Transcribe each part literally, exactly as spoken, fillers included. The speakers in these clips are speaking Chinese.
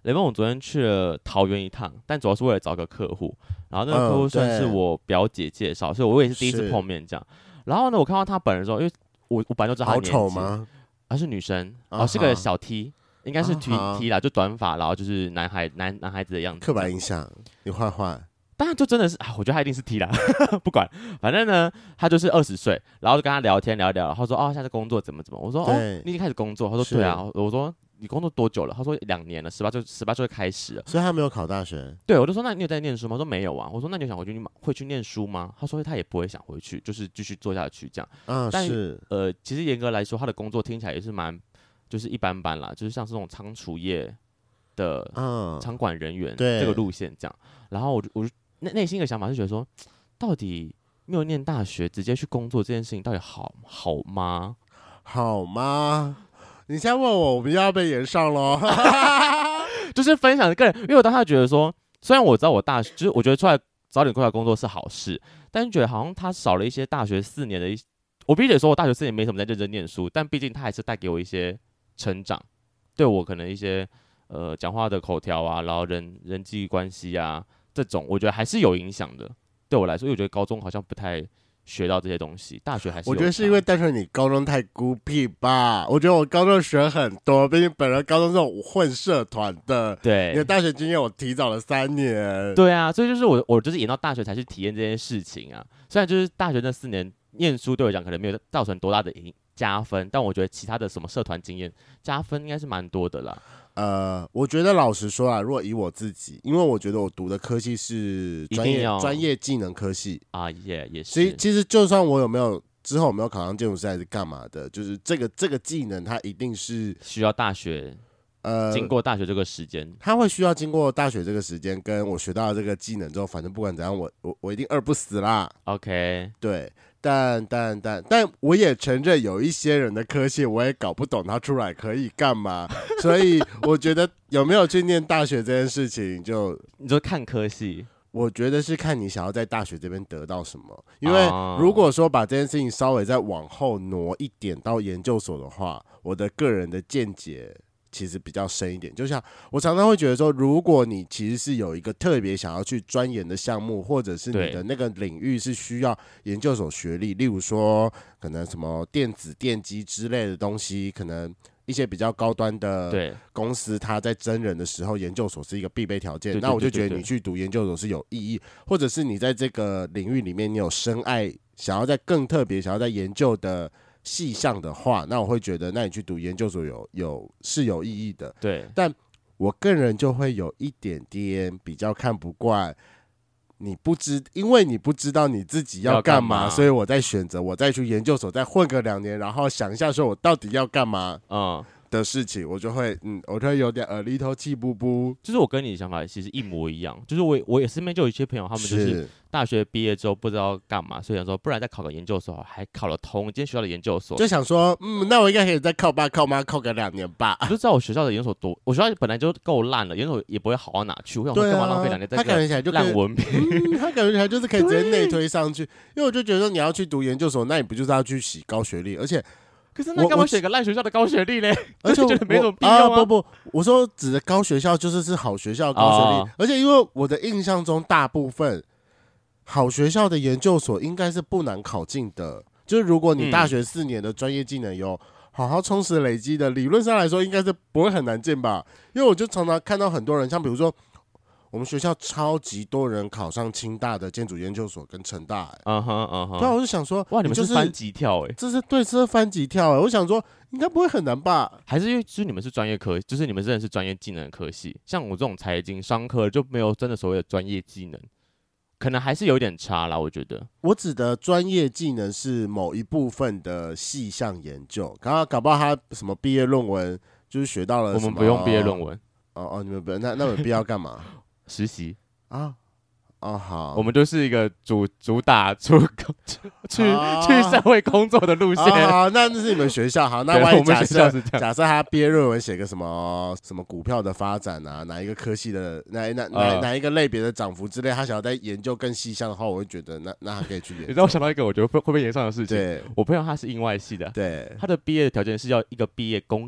雷梦，我昨天去了桃园一趟，但主要是为了找个客户，然后那个客户算是我表姐介绍，嗯、所以我也是第一次碰面这样。然后呢，我看到她本人的时候，因为我我本来就知道她年纪，好丑吗？她是女生，哦，是个小 T， 应该是 T、uh-huh. T 啦，就短发，然后就是男孩男男孩子的样子。 刻板印象，你坏坏。 当然就真的是，啊、我觉得他一定是 T 啦，不管，反正呢，他就是二十岁，然后就跟他聊天聊一聊，他说哦，现在工作怎么怎么，我说哦，你已经开始工作，他说对啊，我说你工作多久了？他说两年了，十八就十八就会开始了， 所以他没有考大学。 对，我就说那你有在念书吗？他说没有啊。我说那你有想回去，你会去念书吗？他说他也不会想回去，就是继续做下去这样。 嗯， 但是呃，其实严格来说，他的工作听起来也是蛮就是一般般啦，就是像是这种仓储业的仓管人员、嗯、这个路线这样。然后我就我就内内心的想法是觉得说，到底没有念大学直接去工作这件事情到底好好吗？ 好吗？你现在问我，我们要被延上咯。 就是分享个人，因为我当时觉得说，虽然我知道我大学，就是我觉得出来早点出来工作是好事，但是觉得好像他少了一些大学四年的一，我必须得说我大学四年没什么在认真念书，但毕竟他还是带给我一些成长，对我可能一些呃讲话的口条啊，然后人人际关系啊。这种我觉得还是有影响的，对我来说，因为我觉得高中好像不太学到这些东西，大学还是有。 我觉得是因为单纯你高中太孤僻吧。我觉得我高中学很多，毕竟本人高中这种混社团的， 对， 你的大学经验我提早了三年。 对啊，所以就是我我就是演到大学才去体验这件事情啊。虽然就是大学那四年念书对我讲可能没有造成多大的加分，但我觉得其他的什么社团经验加分应该是蛮多的啦。 呃，我觉得老实说啊，如果以我自己，因为我觉得我读的科系是专业专业技能科系啊，也也是。 所以其实就算我有没有之后有没有考上建筑师还是干嘛的，就是这个这个技能它一定是需要大学，呃，经过大学这个时间， 它会需要经过大学这个时间，跟我学到的这个技能之后，反正不管怎样，我我我一定饿不死啦。 OK， 对。但但但但我也承认有一些人的科系我也搞不懂他出来可以干嘛，所以我觉得有没有去念大学这件事情就，就你说看科系， 我觉得是看你想要在大学这边得到什么。因为如果说把这件事情稍微再往后挪一点到研究所的话，我的个人的见解其实比较深一点，就像我常常会觉得说，如果你其实是有一个特别想要去钻研的项目，或者是你的那个领域是需要研究所学历，例如说可能什么电子电机之类的东西，可能一些比较高端的公司，它在征人的时候，研究所是一个必备条件。那我就觉得你去读研究所是有意义，或者是你在这个领域里面你有深爱，想要在更特别，想要在研究的细项的话，那我会觉得，那你去读研究所有有是有意义的。 对， 但我个人就会有一点点比较看不惯，你不知，因为你不知道你自己要干嘛，所以我在选择，我再去研究所再混个两年，然后想一下说我到底要干嘛。嗯。的事情，我就会，嗯，我就会有点耳里头气不不。 就是我跟你的想法其实一模一样，就是我我也身边就有一些朋友，他们就是大学毕业之后不知道干嘛，所以想说，不然再考个研究所，还考了同一间学校的研究所， 就想说，嗯，那我应该可以再靠爸靠妈靠个两年吧。 我就知道我学校的研究所多，我学校本来就够烂了，研究所也不会好到哪去，我想说干嘛浪费两年在这个烂文凭？ 他感觉起来就是可以直接内推上去，因为我就觉得说你要去读研究所，那你不就是要去洗高学历，而且。 可是那干嘛选个烂学校的高学历嘞？ 而且觉得没什么必要吗？ 啊、不不，我说指的高学校就是是好学校的高学历、哦，而且因为我的印象中，大部分好学校的研究所应该是不难考进的。就是如果你大学四年的专业技能有好好充实累积的，理论上来说应该是不会很难进吧？因为我就常常看到很多人，像比如说。我们学校超级多人考上清大的建筑研究所跟成大、欸，嗯哼嗯哼，对啊，我就想说， 哇，你们是翻级跳哎、欸， 这是对，这是翻级跳哎、欸，我想说应该不会很难吧？ 还是因为就是你们是专业科，就是你们真的是专业技能的科系，像我这种财经商科就没有真的所谓的专业技能，可能还是有点差啦，我觉得。 我指的专业技能是某一部分的细项研究，刚刚搞不好他什么毕业论文就是学到了什么， 我们不用毕业论文， 哦哦，你们不那那有必要干嘛？ 实习啊，哦好， 我们就是一个主主打出去、啊、去社会工作的路线。 好，好，那这是你们学校好，那万一假设假设他毕业论文写个什么什么股票的发展啊，哪一个科系的哪哪哪、呃、哪一个类别的涨幅之类，他想要再研究更细项的话，我会觉得那那他可以去研究。 你知道我想到一个我觉得会不会延上的事情？对，我朋友他是应外系的， 对， 他的毕业的条件是要一个毕业公演。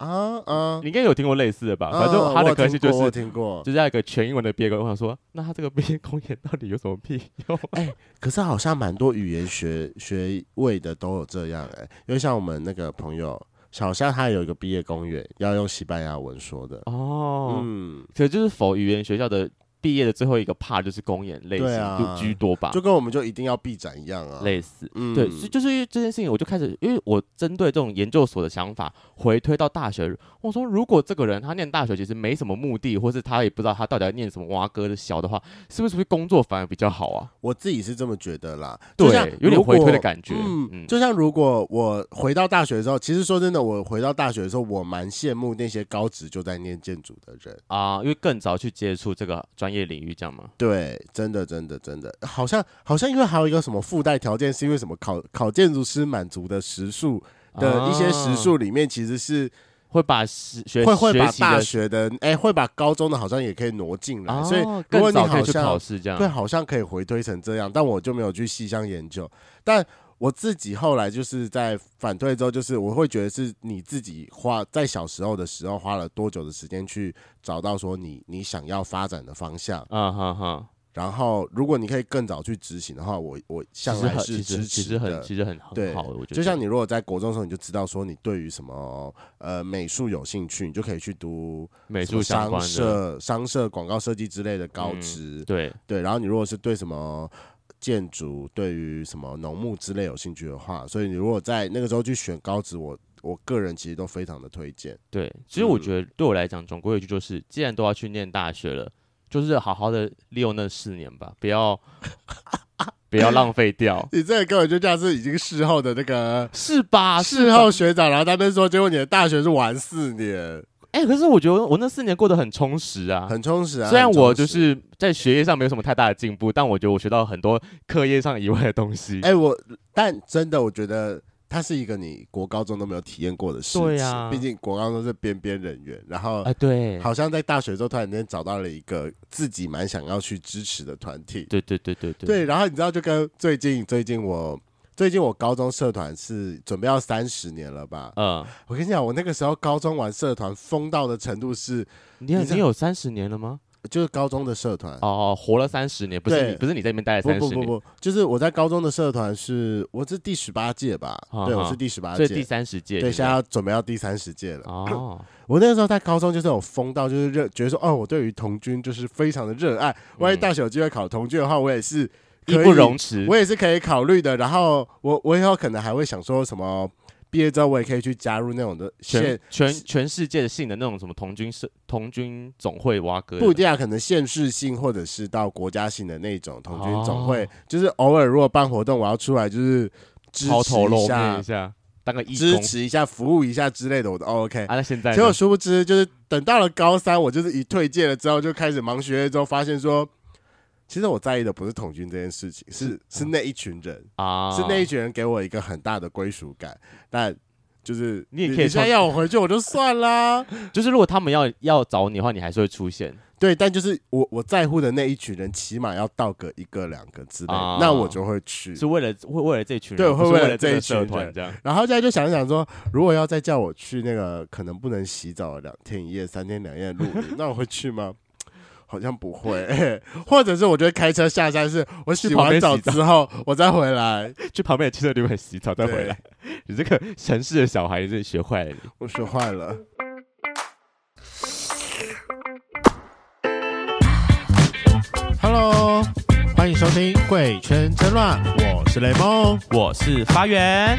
啊啊， 你应该有听过类似的吧？反正他的科系就是我听过， 就是要一个全英文的毕业公演。我想说，那他这个毕业公演到底有什么屁用？ 哎、欸，可是好像蛮多语言学学位的都有这样哎、欸，因为像我们那个朋友小夏，他有一个毕业公演要用西班牙文说的哦， 嗯， 所以就是否语言学校的。毕业的最后一个 part 就是公演类型啊、 居多吧， 就跟我们就一定要闭展一样啊， 类似。 嗯、 对，所以就是因为这件事情，我就开始，因为我针对这种研究所的想法回推到大学。我说，如果这个人他念大学其实没什么目的，或是他也不知道他到底要念什么蛙哥的小的话，是不是工作反而比较好啊？ 我自己是这么觉得啦， 对，有点回推的感觉。 嗯，嗯就像如果我回到大学的时候，其实说真的，我回到大学的时候，我蛮羡慕那些高职就在念建筑的人啊、呃，因为更早去接触这个专业领域，这样吗？ 对，真的，真的，真的，好像好像因为还有一个什么附带条件，是因为什么考考建筑师满足的时数的一些时数里面，其实是会把学会会把大学的哎、欸，会把高中的好像也可以挪进来， 哦、 所以如果你好像去考试这样， 对，好像可以回推成这样，但我就没有去细项研究，但。我自己后来就是在反对之后，就是我会觉得是你自己花在小时候的时候花了多久的时间去找到说你你想要发展的方向， 啊哈哈。 然后如果你可以更早去执行的话，我我向来是支持的， 其实很其实很很好的，我觉得。 就像你如果在国中的时候，你就知道说你对于什么呃美术有兴趣，你就可以去读美术相关的商社、商社、广告设计之类的高职， 嗯、对对。然后你如果是对什么建筑对于什么农牧之类有兴趣的话，所以你如果在那个时候去选高职，我我个人其实都非常的推荐。 对，其实我觉得对我来讲，总归一句就是，既然都要去念大学了，就是好好的利用那四年吧，不要不要浪费掉。 你这个根本就像是已经事后的那个是吧？ 事后学长，然后他们说，结果你的大学是玩四年。 哎、欸，可是我觉得我那四年过得很充实啊， 很充实啊。 虽然我就是在学业上没有什么太大的进步，但我觉得我学到很多课业上以外的东西。 哎、欸，我但真的我觉得它是一个你国高中都没有体验过的事情。 对啊， 毕竟国高中是边边人员，然后啊对， 好像在大学之后突然间找到了一个自己蛮想要去支持的团体。 对对对对对。 对，然后你知道，就跟最近最近我。最近我高中社团是准备要三十年了吧？嗯，我跟你讲，我那个时候高中玩社团疯到的程度是， 你有你有三十年了吗？ 就是高中的社团哦，活了三十年，不是你不是你在那边待了三十年， 不不不不，就是我在高中的社团是我是第十八届吧？哦、对，我是第十八届， 所以第三十届， 对，现在要准备要第三十届了。 哦， 我那个时候在高中就是有疯到，就是热，觉得说哦，我对于童军就是非常的热爱，万一大学有机会考童军的话，我也是。 义不容辞， 我也是可以考虑的。然后我我以后可能还会想说什么，毕业之后我也可以去加入那种的全全全世界性的那种什么童军社、童军总会蛙哥， 不一定啊，可能县市性或者是到国家性的那种童军总会，哦、就是偶尔如果办活动，我要出来就是支持一下， 一下当个义工支持一下、服务一下之类的，我都 OK。 啊，那现在结果殊不知，就是等到了高三，我就是一退届了之后，就开始忙学业之后，发现说。其实我在意的不是童军这件事情，是是那一群人啊，是那一群人给我一个很大的归属感。但就是你也可以你现在要我回去，我就算啦。 就是如果他们要要找你的话，你还是会出现。 对，但就是我我在乎的那一群人，起码要到个一个两个之类的，啊、那我就会去。 是为了会为了这群人， 对，会为了这一群人这样。 然后现在就想想说，如果要再叫我去那个可能不能洗澡两天一夜、三天两夜的露营，那我会去吗？好像不会、欸，或者是我觉得开车下山是我洗完澡之后我再回来， 去旁边的汽车旅馆洗澡再回来。你这个城市的小孩，真的学坏了你， 我学坏了。Hello， 欢迎收听《贵圈争乱》，我是雷梦， 我是发源。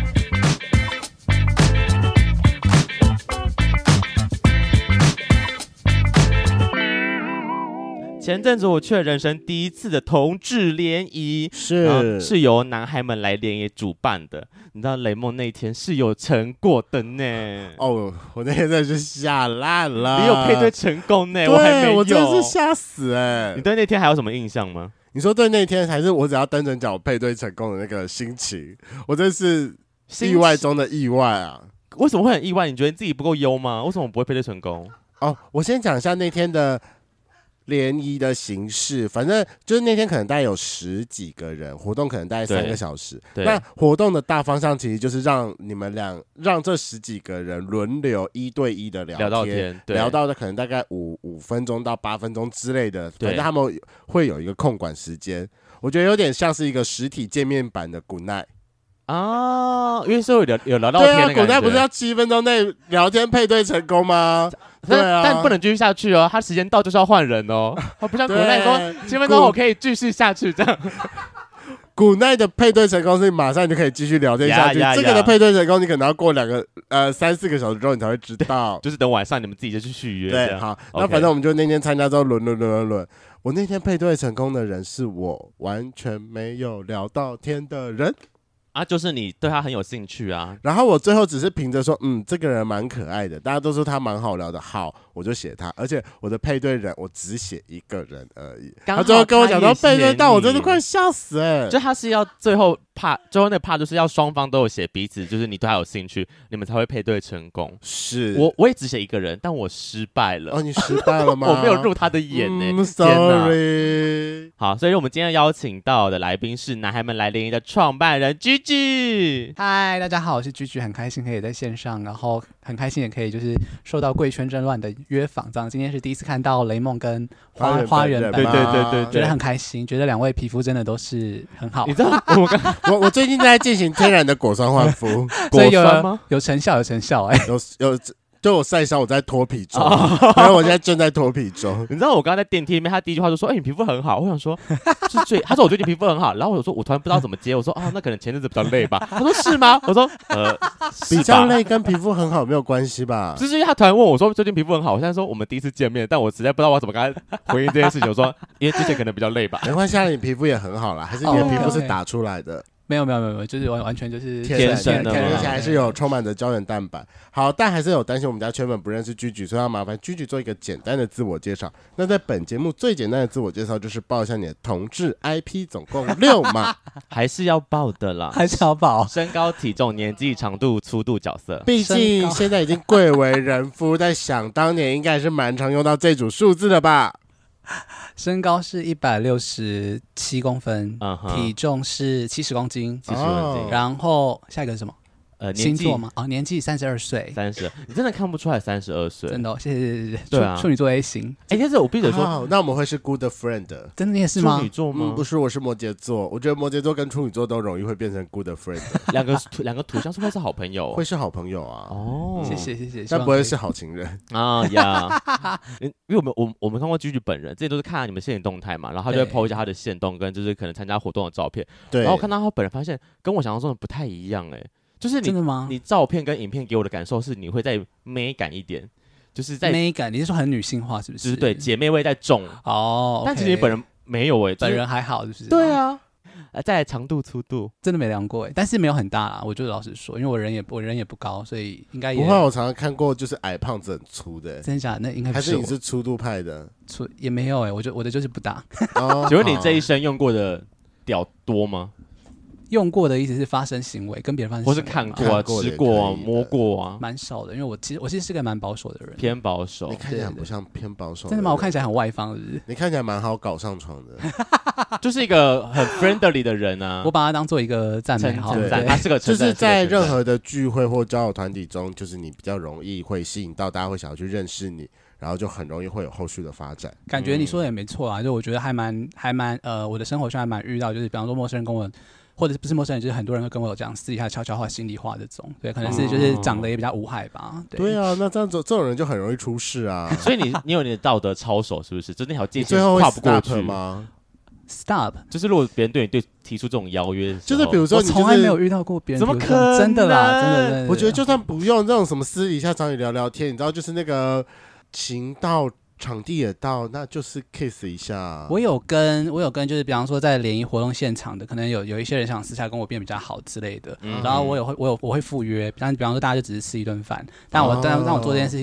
前阵子我去了人生第一次的同志联谊， 是是由男孩们来联谊主办的。你知道雷梦那天是有成果的呢。 哦，我那天真的是吓烂了。 你有配对成功呢，我还没有。 我真的是吓死哎、欸！ 你对那天还有什么印象吗？ 你说对那天还是我只要单纯讲我配对成功的那个心情，我真是意外中的意外啊！ 为什么会很意外？你觉得自己不够优吗？为什么不会配对成功？ 哦，我先讲一下那天的。 联谊的形式，反正就是那天可能大概有十几个人，活动可能大概三个小时。那活动的大方向其实就是让你们俩让这十几个人轮流一对一的聊天， 聊到天， 聊到的可能大概五五分钟到八分钟之类的，反正他们会有一个控管时间。我觉得有点像是一个实体见面版的 Good Night。啊， 因为是有聊有聊到天的感觉。 对啊，古代不是要七分钟内聊天配对成功吗？ 对啊，但不能继续下去哦，他时间到就是要换人哦。他不像古代说七分钟我可以继续下去这样。 古代的配对成功是马上就可以继续聊天下去， yeah, yeah, yeah. 这个的配对成功你可能要过两个呃三四个小时之后你才会知道， 就是等晚上你们自己就去续约。 对，好，那反正我们就那天参加之后轮轮轮轮轮。我那天配对成功的人是我完全没有聊到天的人。 啊，就是你对他很有兴趣啊， 然后我最后只是凭着说，嗯，这个人蛮可爱的，大家都说他蛮好聊的，好，我就写他，而且我的配对人我只写一个人而已。他最后跟我讲到配对到，我真的快笑死哎、欸！ 就他是要最后怕，最后那怕就是要双方都有写彼此，就是你对他有兴趣，你们才会配对成功。 是我我也只写一个人，但我失败了。 哦，你失败了吗？ 我没有入他的眼呢、欸嗯、，sorry。 好，所以我们今天邀请到的来宾是男孩们来联谊的创办人 Gigi。 嗨，大家好，我是 Gigi， 很开心可以在线上，然后很开心也可以就是受到贵圈争乱的约访，这样今天是第一次看到雷梦跟花花园本人， 对对对 对, 对， 觉得很开心，觉得两位皮肤真的都是很好。 你知道我刚我我最近在进行天然的果酸焕肤， 果酸吗？有成效，有成效、欸，哎， 有有。就我晒伤，我在脱皮中，然后我现在正在脱皮中。 你知道我刚刚在电梯里面，他第一句话就说：“哎、欸，你皮肤很好。”我想说，是最，他说我最近皮肤很好，然后我说我突然不知道怎么接，我说啊，那可能前阵子比较累吧。他说是吗？我说呃， 比较累跟皮肤很好没有关系吧？ 就是因为他突然问我说最近皮肤很好，我现在说我们第一次见面，但我实在不知道我怎么跟他回应这件事情。我说因为之前可能比较累吧。 没关系，你皮肤也很好啦，还是你的皮肤是打出来的？ Oh, okay. 没有没有没有，就是完完全就是天生的， 而且还是有充满着胶原蛋白。好，但还是有担心我们家圈粉不认识 Gigi， 所以要麻烦 Gigi 做一个简单的自我介绍。那在本节目最简单的自我介绍就是报一下你的同志 I P， 总共六码， 还是要报的啦， 还是要报。 身高、体重、年纪、长度、粗度、角色。 毕竟现在已经贵为人夫，在想当年应该是蛮常用到这组数字的吧。 身高是一百六十七公分， uh-huh. 体重是七十公斤， 七十公斤。 然后下一个是什么？ 呃， 星座吗？哦，年纪三十二岁， 三十，你真的看不出来三十二岁， 真的、哦，谢谢谢谢。 对啊， 处女座 A 型。 哎，但是我闭嘴说、 哦，那我们会是 good friend， 真的你也是吗？ 处女座吗、 嗯？不是，我是摩羯座。我觉得摩羯座跟处女座都容易会变成 good friend， 两个两个土象是会是好朋友、哦， 会是好朋友啊。 哦， 谢谢谢谢， 但不会是好情人啊呀。因为我们我我们看过 Gigi 本人，这些都是看你们限时动态嘛，然后他就会 po 一下他的限动跟就是可能参加活动的照片。 对， 然后我看到他本人，发现跟我想象中的不太一样哎、欸。就是你真的吗？ 你照片跟影片给我的感受是，你会再美感一点，就是在美感。你是说很女性化，是不是？ 就是对姐妹味在重哦。 但其实你本人没有哎、欸， 本人还好，是不是？ 对啊。呃，再来长度、粗度， 真的没量过哎，但是没有很大啦。我就老实说，因为我人也我人也不高，所以应该也不会。我常常看过，就是矮胖子很粗的、欸， 真的假的？那应该不是还是你是粗度派的？ 粗也没有哎，我就我的就是不大。 哦， 请问你这一生用过的屌多吗？ 用过的意思是发生行为，跟别人发生行为， 或是看过啊、吃过啊、摸过啊， 蛮少的。因为我其实我其实是个蛮保守的人， 偏保守。 你看起来不像偏保守， 真的吗？我看起来很外放，是不是？ 你看起来蛮好搞上床的， 就是一个很 friendly 的人啊。 我把它当做一个赞美，好， 他是个就是在任何的聚会或交友团体中，就是你比较容易会吸引到大家会想要去认识你。然后就很容易会有后续的发展。 感觉你说的也没错啊，就我觉得还蛮还蛮呃，我的生活上还蛮遇到，就是比方说陌生人跟我，或者是不是陌生人，就是很多人会跟我有讲私底下悄悄话、心里话这种，对，可能是就是长得也比较无害吧。对, 对啊，那这样子这种人就很容易出事啊。 所以你你有你的道德操守是不是？就那条界限跨不过去吗 ？Stop， 就是如果别人对你对提出这种邀约， 就是比如说你、就是、 我从来没有遇到过别人， 怎么可能？ 真的啦，真的真的。 我觉得就算不用这种什么私底下找你聊聊天，你知道，就是那个情到。场地也到，那就是 kiss 一下。 我有跟我有跟，就是比方说在联谊活动现场的，可能有有一些人想私下跟我变比较好之类的，嗯、然后我有会我有我会赴约，比方比方说大家就只是吃一顿饭，但我、哦、但让我做这件事情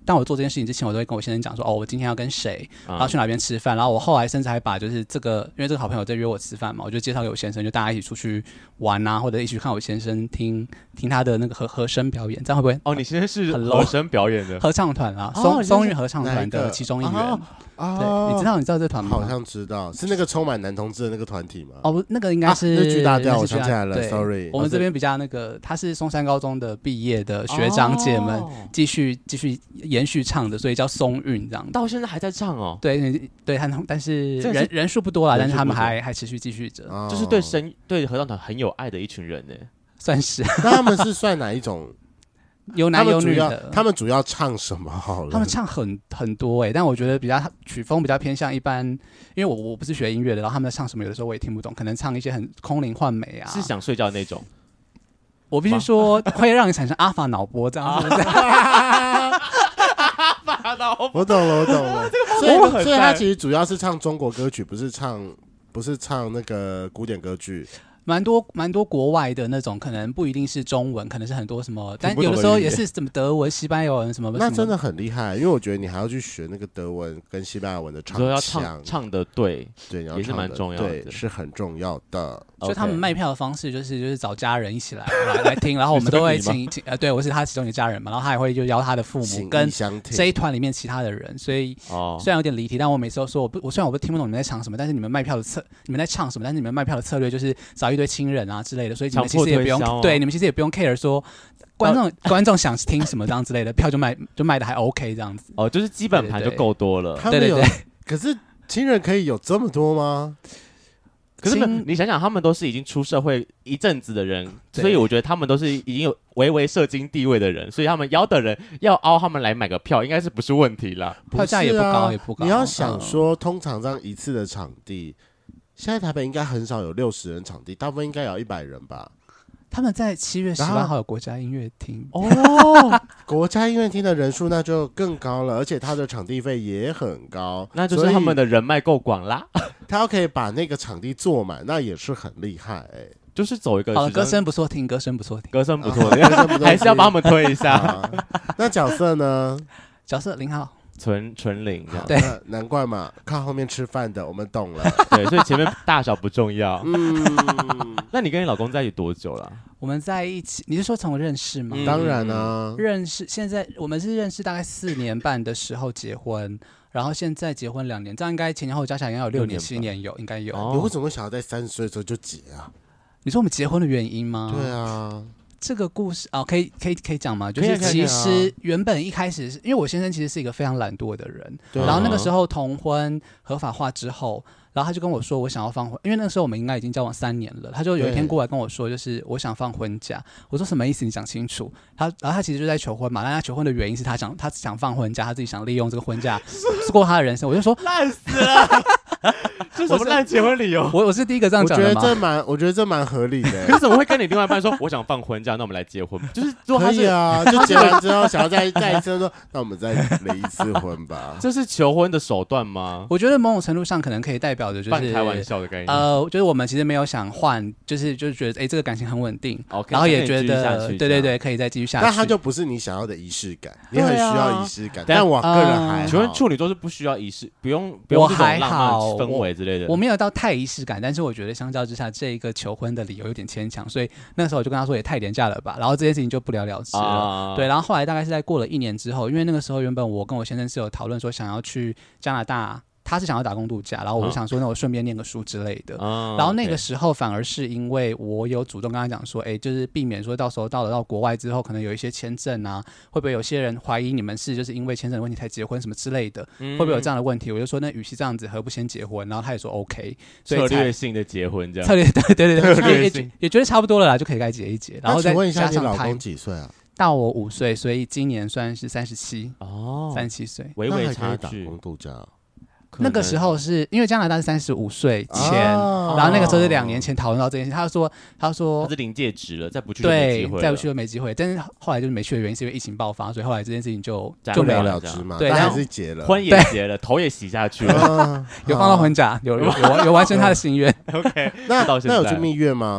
当我做这件事情之前，我都会跟我先生讲说，哦，我今天要跟谁，然后去哪边吃饭。然后我后来甚至还把就是这个，因为这个好朋友在约我吃饭嘛，我就介绍给我先生，就大家一起出去玩啊，或者一起去看我先生听听他的那个和和声表演，这样会不会？ 哦，你先生是和声表演的合唱团啦， 哦松松韵合唱团的其中一员。 哦对，你知道你知道这团吗？ 好像知道，是那个充满男同志的那个团体吗？ 哦，不，那个应该是、 啊、日剧大调，我想想起来了 ，sorry。 我们这边比较那个，他是松山高中的毕业的学长姐们继续继续延续唱的，所以叫松韵这样。 到现在还在唱哦。 对对，他但是是人人数不多啦，但是他们还还持续继续着， 哦、 就是对声对合唱团很有爱的一群人呢， 算是。 那他们是算哪一种？ 有男有女的， 他们主要唱什么好了？ 他们唱很很多哎、欸，但我觉得比较曲风比较偏向一般，因为我我不是学音乐的，然后他们在唱什么，有的时候我也听不懂，可能唱一些很空灵幻美啊， 是想睡觉的那种。 我必须说，会让你产生阿法脑波这样子。 阿法脑波， 我懂了，我懂了。所以，所以他其实主要是唱中国歌曲，不是唱不是唱那个古典歌剧。 蛮多蛮多国外的那种，可能不一定是中文，可能是很多什么，但有的时候也是什么德文、西班牙文什么。 那真的很厉害，因为我觉得你还要去学那个德文跟西班牙文的唱腔， 要唱唱的对， 对， 也是蛮重要的， 对，是很重要的。 所以他们卖票的方式就是就是找家人一起来来来听，然后我们都会请请呃，对我是他其中一个家人嘛，然后他也会就邀他的父母跟这一团里面其他的人，所以虽然有点离题，但我每次都说我不我虽然我不听不懂你们在唱什么，但是你们卖票的策你们在唱什么，但是你们卖票的策略就是找一堆亲人啊之类的，所以你们其实也不用、哦、对你们其实也不用 care 说观众、呃、观众想听什么这样之类的，票就卖就卖的还 OK 这样子哦，就是基本盘就够多了。 对对 对, 對， 可是亲人可以有这么多吗？ 可是你想想，他们都是已经出社会一阵子的人，所以我觉得他们都是已经有微微社经地位的人，所以他们邀的人要凹他们来买个票，应该是不是问题啦？ 票价也不高，也不高。 你要想说，通常这样一次的场地，现在台北应该很少有六十人场地，大部分应该有一百人吧。 他们在七月十八号有国家音乐厅哦，国家音乐厅的人数那就更高了，而且他的场地费也很高， 那就是他们的人脉够广啦。 他要可以把那个场地坐满，那也是很厉害哎、欸。 就是走一个哦，歌声不错听，歌声不错听， 歌声不错听，啊、还是要帮他们推一下。 啊、那角色呢？ 角色零号。 纯纯零这样， 对， 难怪嘛，靠后面吃饭的，我们懂了。 对，所以前面大小不重要。 嗯， 那你跟你老公在一起多久了？ 我们在一起，你是说从认识吗？ 嗯、当然啊， 认识。现在我们是认识大概四年半的时候结婚，然后现在结婚两年，这样应该前前后加起来应该有六年、七年有，应该有。 你为什么会想要在三十岁的时候就结啊？ 你说我们结婚的原因吗？ 对啊。 这个故事哦，可以可以可以讲吗？就是其实原本一开始是因为我先生其实是一个非常懒惰的人，然后那个时候同婚合法化之后，然后他就跟我说我想要放婚，因为那个时候我们应该已经交往三年了，他就有一天过来跟我说，就是我想放婚假。我说什么意思？你讲清楚。他然后他其实就在求婚嘛，但他求婚的原因是他想他想放婚假，他自己想利用这个婚假过他的人生。我就说烂死了。这什么烂结婚理由？ 我我是第一个这样讲的吗？ 我觉得这蛮，我觉得这蛮合理的。 可是怎么会跟你另外一半说，我想放婚假，那我们来结婚？就是如果他是可以啊，就结完之后想要再再一次说，那我们再离一次婚吧。 这是求婚的手段吗？ 我觉得某种程度上可能可以代表的就是半开玩笑的概念。 呃，就是我们其实没有想换，就是就是觉得哎、欸，这个感情很稳定， okay, 然后也觉得对对对，可以再继续下去。 但它就不是你想要的仪式感，你很需要仪式感。啊、但我个人还好。 请问处女座是不需要仪式，不用不用这种浪漫氛围之类的。 我没有到太仪式感，但是我觉得相较之下，这一个求婚的理由有点牵强，所以那时候我就跟他说也太廉价了吧，然后这件事情就不了了之了。啊、对，然后后来大概是在过了一年之后，因为那个时候原本我跟我先生是有讨论说想要去加拿大。他是想要打工度假，然后我就想说，那我顺便念个书之类的。嗯、然后那个时候反而是因为我有主动跟他讲说，哎，就是避免说到时候到了到国外之后，可能有一些签证啊，会不会有些人怀疑你们是就是因为签证的问题才结婚什么之类的，嗯、会不会有这样的问题？我就说，那与其这样子，何不先结婚？然后他也说 OK， 所以策略性的结婚这样。 策略对对对对，也也觉得差不多了啦，就可以该结一结。然后再问一下你老公几岁啊？ 大我五岁，所以今年算是三十七哦， 三十七岁， 微微差距。 打工度假。 那个时候是因为加拿大是三十五岁前，哦、然后那个时候是两年前讨论到这件事。他说：“他说他是临界值了，再不去就没机会了。 对，再不去就没机会。但是后来就是没去的原因是因为疫情爆发，所以后来这件事情就就没了之嘛。 对， 但还是结了， 婚也结了，头也洗下去了， 有放到婚假，有有有完成他的心愿。 OK， 那那有去蜜月吗？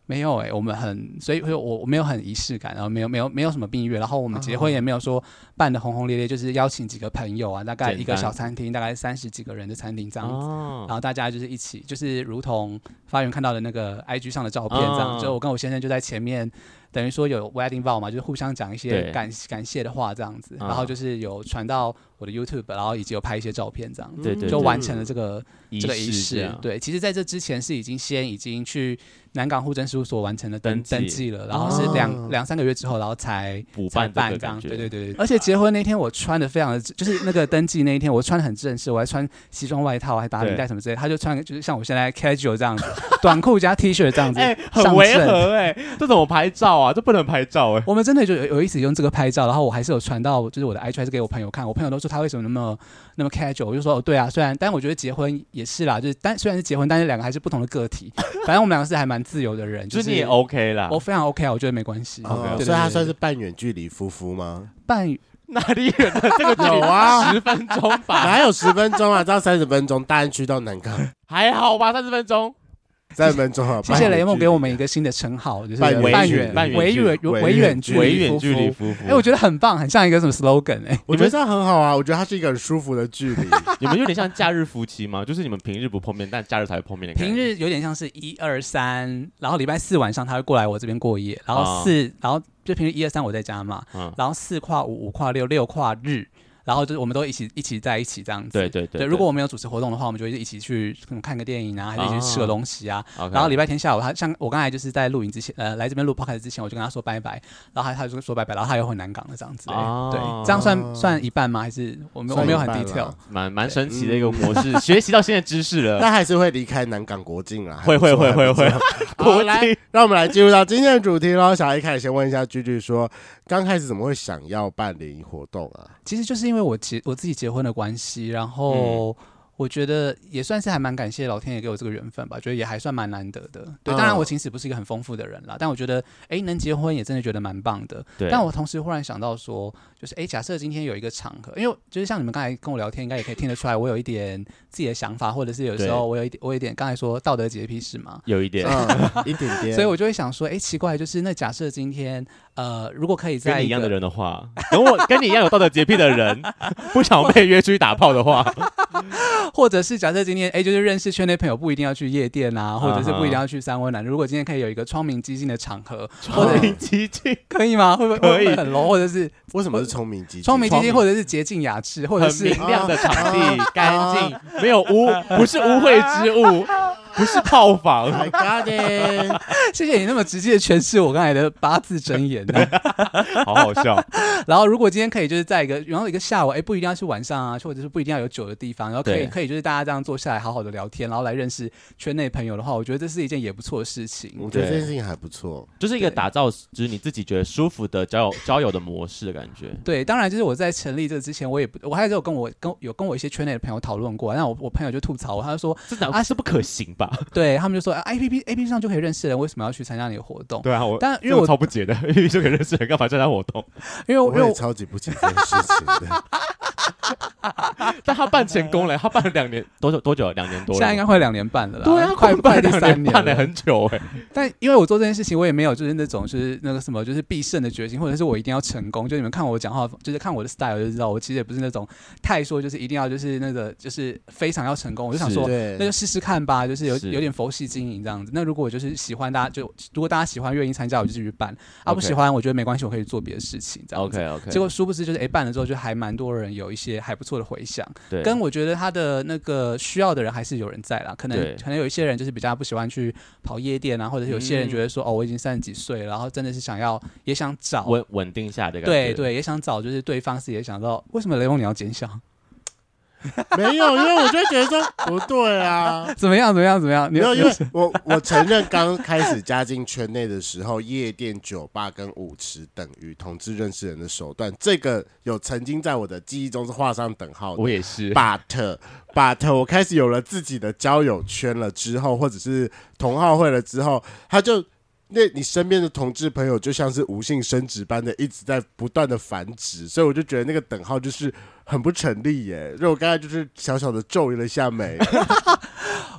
没有哎、欸，我们很，所以我我没有很仪式感，然后没有没有没有什么蜜月，然后我们结婚也没有说办得轰轰烈烈，就是邀请几个朋友啊，大概一个小餐厅，大概三十几个人的餐厅这样子，哦、然后大家就是一起，就是如同发源看到的那个 I G 上的照片这样，哦、就我跟我先生就在前面。等于说有 wedding vow 嘛，就是互相讲一些感感谢的话这样子，然后就是有传到我的 YouTube， 然后以及有拍一些照片这样子，对对对，就完成了这个这个仪式。对，其实在这之前是已经先已经去南港户政事务所完成了登登记了，然后是两两三个月之后，然后才补办这样。对对对对。而且结婚那天我穿的非常的，就是那个登记那一天我穿的很正式，我还穿西装外套，还打领带什么之类的，他就穿就是像我现在 casual 这样子，短裤加 T 恤这样子， 哎、欸，很违和哎、欸，这怎么拍照啊？这不能拍照哎、欸。 我们真的就有有一次用这个拍照，然后我还是有传到就是我的 I G 还是给我朋友看，我朋友都说他为什么那么那么 casual， 我就说哦对啊，虽然但我觉得结婚也是啦，就是但虽然是结婚，但是两个还是不同的个体，反正我们两个是还蛮自由的人， 就是你也 OK 啦， 我非常 OK 啊，我觉得没关系。 哦、所以他算是半远距离夫妇吗？ 半哪里远的这个距离？ 有啊， 十分钟吧？ 哪有十分钟啊？只要三十分钟，大安区到南港还好吧？三十分钟。 三十分钟啊！ 谢谢雷梦给我们一个新的称号，就是半远半远远微远距微远距离夫妇。 哎、欸，我觉得很棒，很像一个什么 slogan 哎、欸。 我觉得这样很好啊，我觉得它是一个很舒服的距离。 你们有点像假日夫妻吗？就是你们平日不碰面，但假日才会碰面的感觉。 平日有点像是一二三，然后礼拜四晚上他会过来我这边过夜，然后四，哦、然后就平日一二三我在家嘛，嗯、然后四跨五五跨六六跨日。然后就是我们都一起一起在一起这样子， 对对 对, 对, 对。如果我们有主持活动的话，我们就会一起去看个电影啊，还是一起去吃个东西啊。 哦、 然后礼拜天下午，他像我刚才就是在录影之前，呃，来这边录 podcast 之前，我就跟他说拜拜，然后他他就说拜拜，然后他又回南港了这样子、欸哦。对，这样算算一半吗？还是我们我没有很 detail， 蛮蛮神奇的一个模式，嗯、学习到新的知识了。 但还是会离开南港国境啊， 会会会会会。 国境，让我们来进入到今天的主题喽。小一开始先问一下居居说，刚开始怎么会想要办联谊活动啊？ 其实就是因为我结我自己结婚的关系，然后我觉得也算是还蛮感谢老天爷给我这个缘分吧，觉得也还算蛮难得的。对，当然我其实不是一个很丰富的人啦，但我觉得哎能结婚也真的觉得蛮棒的。对，但我同时忽然想到说，就是哎假设今天有一个场合，因为就是像你们刚才跟我聊天，应该也可以听得出来，我有一点自己的想法，或者是有时候我有一点我有一点刚才说道德洁癖是吗？ 有一点， 嗯、一点点。 所以我就会想说，哎奇怪，就是那假设今天呃如果可以在跟你一样的人的话，跟我跟你一样有道德洁癖的人，不想被约出去打炮的话。 或者是假设今天哎，就是认识圈内朋友不一定要去夜店啊，或者是不一定要去三温暖。如果今天可以有一个窗明几净的场合， 窗明几净可以吗？会不会可以会不会很 low？ 或者是为什么是窗明几净？ 窗明几净，或者是洁净雅致，或者是很明亮的场地，干净，没有污，不是污秽之物。不是炮房 ，I got it。 谢谢你那么直接的诠释我刚才的八字真言， 好好笑。 然后如果今天可以就是在一个，然后一个下午，哎，不一定要是晚上啊，或者是不一定要有酒的地方，然后可以可以就是大家这样坐下来好好的聊天，然后来认识圈内朋友的话，我觉得这是一件也不错的事情。 我觉得这件事情还不错， 就是一个打造就是你自己觉得舒服的交友交友的模式的感觉。 对，当然就是我在成立这之前，我也不，我还是有跟我跟有跟我一些圈内的朋友讨论过，那我我朋友就吐槽我，他就说这啊是不可行吧？ 对他们就说、啊、A P P A P P 上就可以认识人，为什么要去参加你的活动？ 对啊，我但因为我超不解的 ，A P P 就可以认识人，干嘛参加活动？ 因为我我也超级不解这件事情的。 但他办成功了，他办了两年多久？多久？两年多了， 现在应该快两年半了啦。 对啊， 快快第三年， 办了很久哎、欸。 但因为我做这件事情，我也没有就是那种就是那个什么就是必胜的决心，或者是我一定要成功。就你们看我讲话，就是看我的 style 就知道，我其实也不是那种太说就是一定要就是那个就是非常要成功。我就想说，那就试试看吧，就是有有点佛系经营这样子。那如果我就是喜欢大家，就如果大家喜欢愿意参加，我就继续办；啊不喜欢，我觉得没关系，我可以做别的事情这样子。 OK OK。 结果殊不知就是哎办了之后，就还蛮多人有一些还不错的回响。 对， 跟我觉得他的那个需要的人还是有人在啦，可能可能有一些人就是比较不喜欢去跑夜店啊，或者是有些人觉得说、嗯、哦我已经三十几岁了，然后真的是想要也想找稳稳定下的感觉， 对对，也想找就是对方是也想到为什么雷蒙你要减小？ 没有，因为我就觉得说不对啊， 怎么样怎么样怎么样？ 没有，因为我我承认刚开始加进圈内的时候，夜店、酒吧跟舞池等于同志认识人的手段，这个有曾经在我的记忆中是画上等号的。 我也是 ，but but 我开始有了自己的交友圈了之后，或者是同好会了之后，他就。那你身边的同志朋友就像是无性生殖般的一直在不断的繁殖，所以我就觉得那个等号就是很不成立耶。所以我刚才就是小小的皱了一下眉。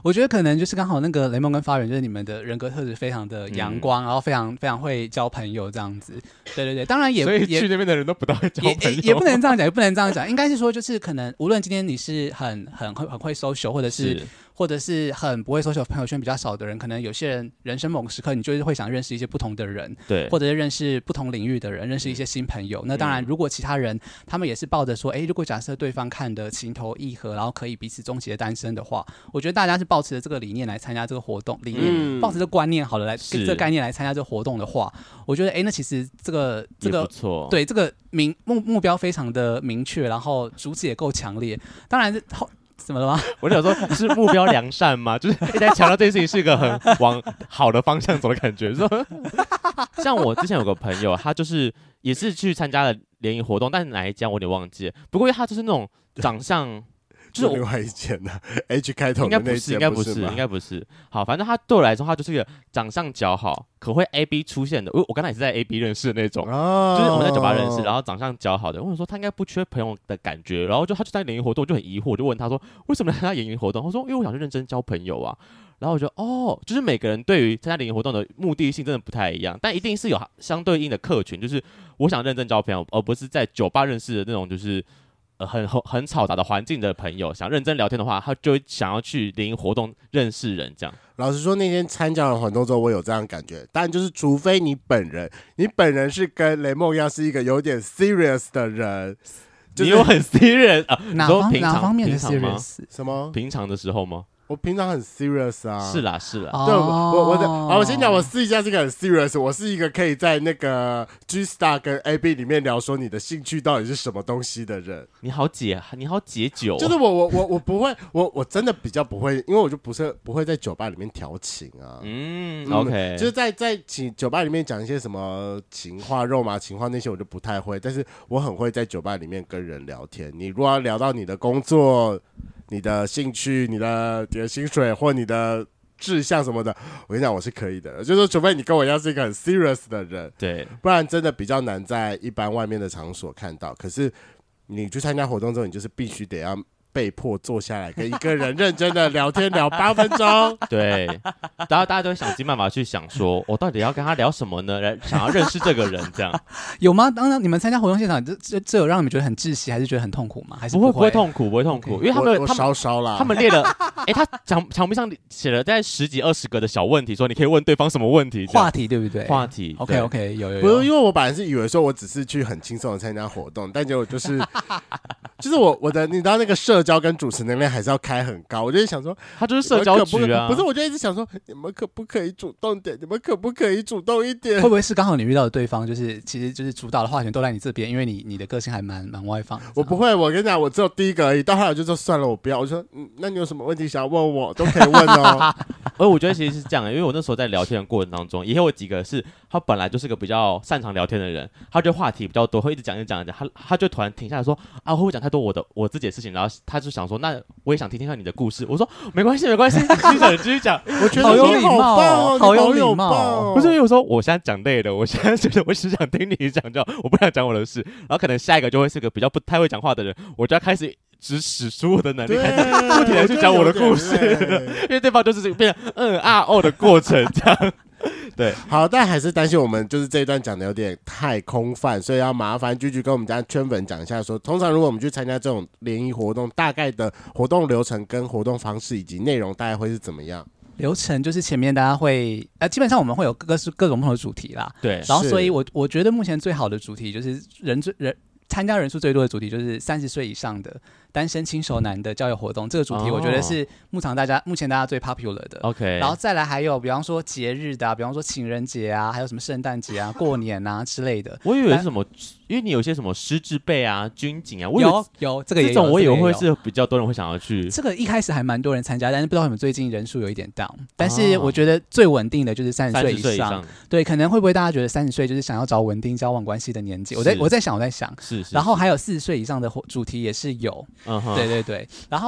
我觉得可能就是刚好那个雷梦跟发源，就是你们的人格特质非常的阳光，嗯、然后非常非常会交朋友这样子。对对对，当然也所以去那边的人都不大会交朋友， 也, 也, 也不能这样讲，也不能这样讲，应该是说就是可能无论今天你是很很会很会 social， 或者是。是或者是很不会 social 朋友圈比较少的人，可能有些人人生某个时刻，你就是会想认识一些不同的人， 对， 或者是认识不同领域的人，认识一些新朋友。嗯、那当然，如果其他人他们也是抱着说，哎，如果假设对方看得情投意合，然后可以彼此终结单身的话，我觉得大家是抱持着这个理念来参加这个活动，理念、嗯、抱持着观念好了来跟这个概念来参加这个活动的话，我觉得哎，那其实这个这个不错， 对这个明目目标非常的明确，然后主旨也够强烈，当然后。怎么了吗？ 我想说，是目标良善吗？就是一直在强调这件事情是一个很往好的方向走的感觉。说，像我之前有个朋友，他就是也是去参加了联谊活动，但是哪一家我有点忘记了。不过因为他就是那种长相。 就是另外一间呢 ，H 开头的那一间应该不是，应该不是，应该不是。好，反正他对我来说，他就是一个长相姣好，可会 A B 出现的。我我刚才也是在 A B 认识的那种，哦、就是我们在酒吧认识，然后长相姣好的。我想说他应该不缺朋友的感觉，然后就他就在联谊活动，我就很疑惑，我就问他说为什么来参加联谊活动？他说因为我想去认真交朋友啊。然后我就哦，就是每个人对于参加联谊活动的目的性真的不太一样，但一定是有相对应的客群，就是我想认真交朋友，而不是在酒吧认识的那种就是。呃，很很嘈杂的环境的朋友，想认真聊天的话，他就会想要去联谊活动认识人，这样。 老实说，那天参加完活动之后，我有这样感觉，但就是除非你本人，你本人是跟雷梦一样是一个有点 serious 的人，就是、 你有很 serious 啊？ 哪方平常哪方面的 serious？ 什么？ 平常的时候吗？ 我平常很 serious 啊， 是啦是啦， 哦、 对我我的啊，我先讲，我私底下是个很 serious， 我是一个可以在那个 G Star 跟 A B 里面聊说你的兴趣到底是什么东西的人。 你好解，你好解酒， 就是我我我我不会，我我真的比较不会，因为我就不是不会在酒吧里面调情啊。 嗯, 嗯 ，OK， 就是在在酒吧里面讲一些什么情话、肉麻情话那些，我就不太会，但是我很会在酒吧里面跟人聊天。你如果要聊到你的工作。你的兴趣、你的你的薪水或你的志向什么的，我跟你讲，我是可以的。就是说，除非你跟我一样是一个很 serious 的人， 对， 不然真的比较难在一般外面的场所看到。可是你去参加活动之后，你就是必须得要被迫坐下来跟一个人认真的聊天聊八分钟。 对，然后大家都会想尽办法去想说，我到底要跟他聊什么呢？想要认识这个人，这样有吗？当然，你们参加活动现场，这这这有让你们觉得很窒息，还是觉得很痛苦吗？还是不会不会不会痛苦，不会痛苦， okay. 因为他们我稍稍啦， 他们列了，哎、欸，他墙墙壁上写了大概十几二十个的小问题，说你可以问对方什么问题， 话题对不对？ 话题 ，OK OK， 有有有。 不是因为我本来是以为说我只是去很轻松的参加活动，但结果就是就是我我的你知道那个社交跟主持能力还是要开很高，我就想说他就是社交局啊， 不是，我就一直想说你们可不可以主动点，你们可不可以主动一点？ 会不会是刚好你遇到的对方就是其实就是主导的话题都在你这边，因为你你的个性还蛮蛮外放。 我不会，我跟你讲，我只有第一个而已，到后来我就说算了，我不要。我说嗯，那你有什么问题想要问我都可以问哦。 而我觉得其实是这样的，因为我那时候在聊天的过程当中，也有几个是他本来就是个比较擅长聊天的人，他就话题比较多，会一直讲一直讲一直讲，他他就突然停下来说啊，会不会讲太多我的我自己的事情？然后他就想说，那我也想听听看你的故事。我说没关系没关系，继续讲继续讲。 我觉得好有礼貌哦， 好有礼貌。 不是有时候我现在讲累了，我现在觉得我只想听你讲就好，我不想讲我的事。然后可能下一个就会是个比较不太会讲话的人，我就要开始指使出我的能力，开始不停的去讲我的故事，因为对方就是变成嗯啊哦的过程这样。对， 好，但还是担心我们就是这一段讲的有点太空泛，所以要麻烦居居跟我们家圈粉讲一下说，通常如果我们去参加这种联谊活动，大概的活动流程跟活动方式以及内容大概会是怎么样？ 流程就是前面大家会呃，基本上我们会有各个各种不同的主题啦， 对， 然后所以我我觉得目前最好的主题就是人最人参加人数最多的主题就是三十岁以上的单身轻熟男的交友活动，这个主题我觉得是目前大家、哦、目前大家最 popular 的。 OK， 然后再来还有比方说节日的、啊，比方说情人节啊，还有什么圣诞节啊、过年啊之类的。 我以为是什么，因为你有些什么狮字辈啊、军警啊，我有有这个也有， 这种我以为会是比较多人会想要去。 这个一开始还蛮多人参加，但是不知道为什么最近人数有一点 down。但是我觉得最稳定的就是三十岁以上。以上对，可能会不会大家觉得三十岁就是想要找稳定交往关系的年纪？我在我在想，我在想， 是是是。 然后还有四十岁以上的主题也是有， 嗯哼， 对对对。然后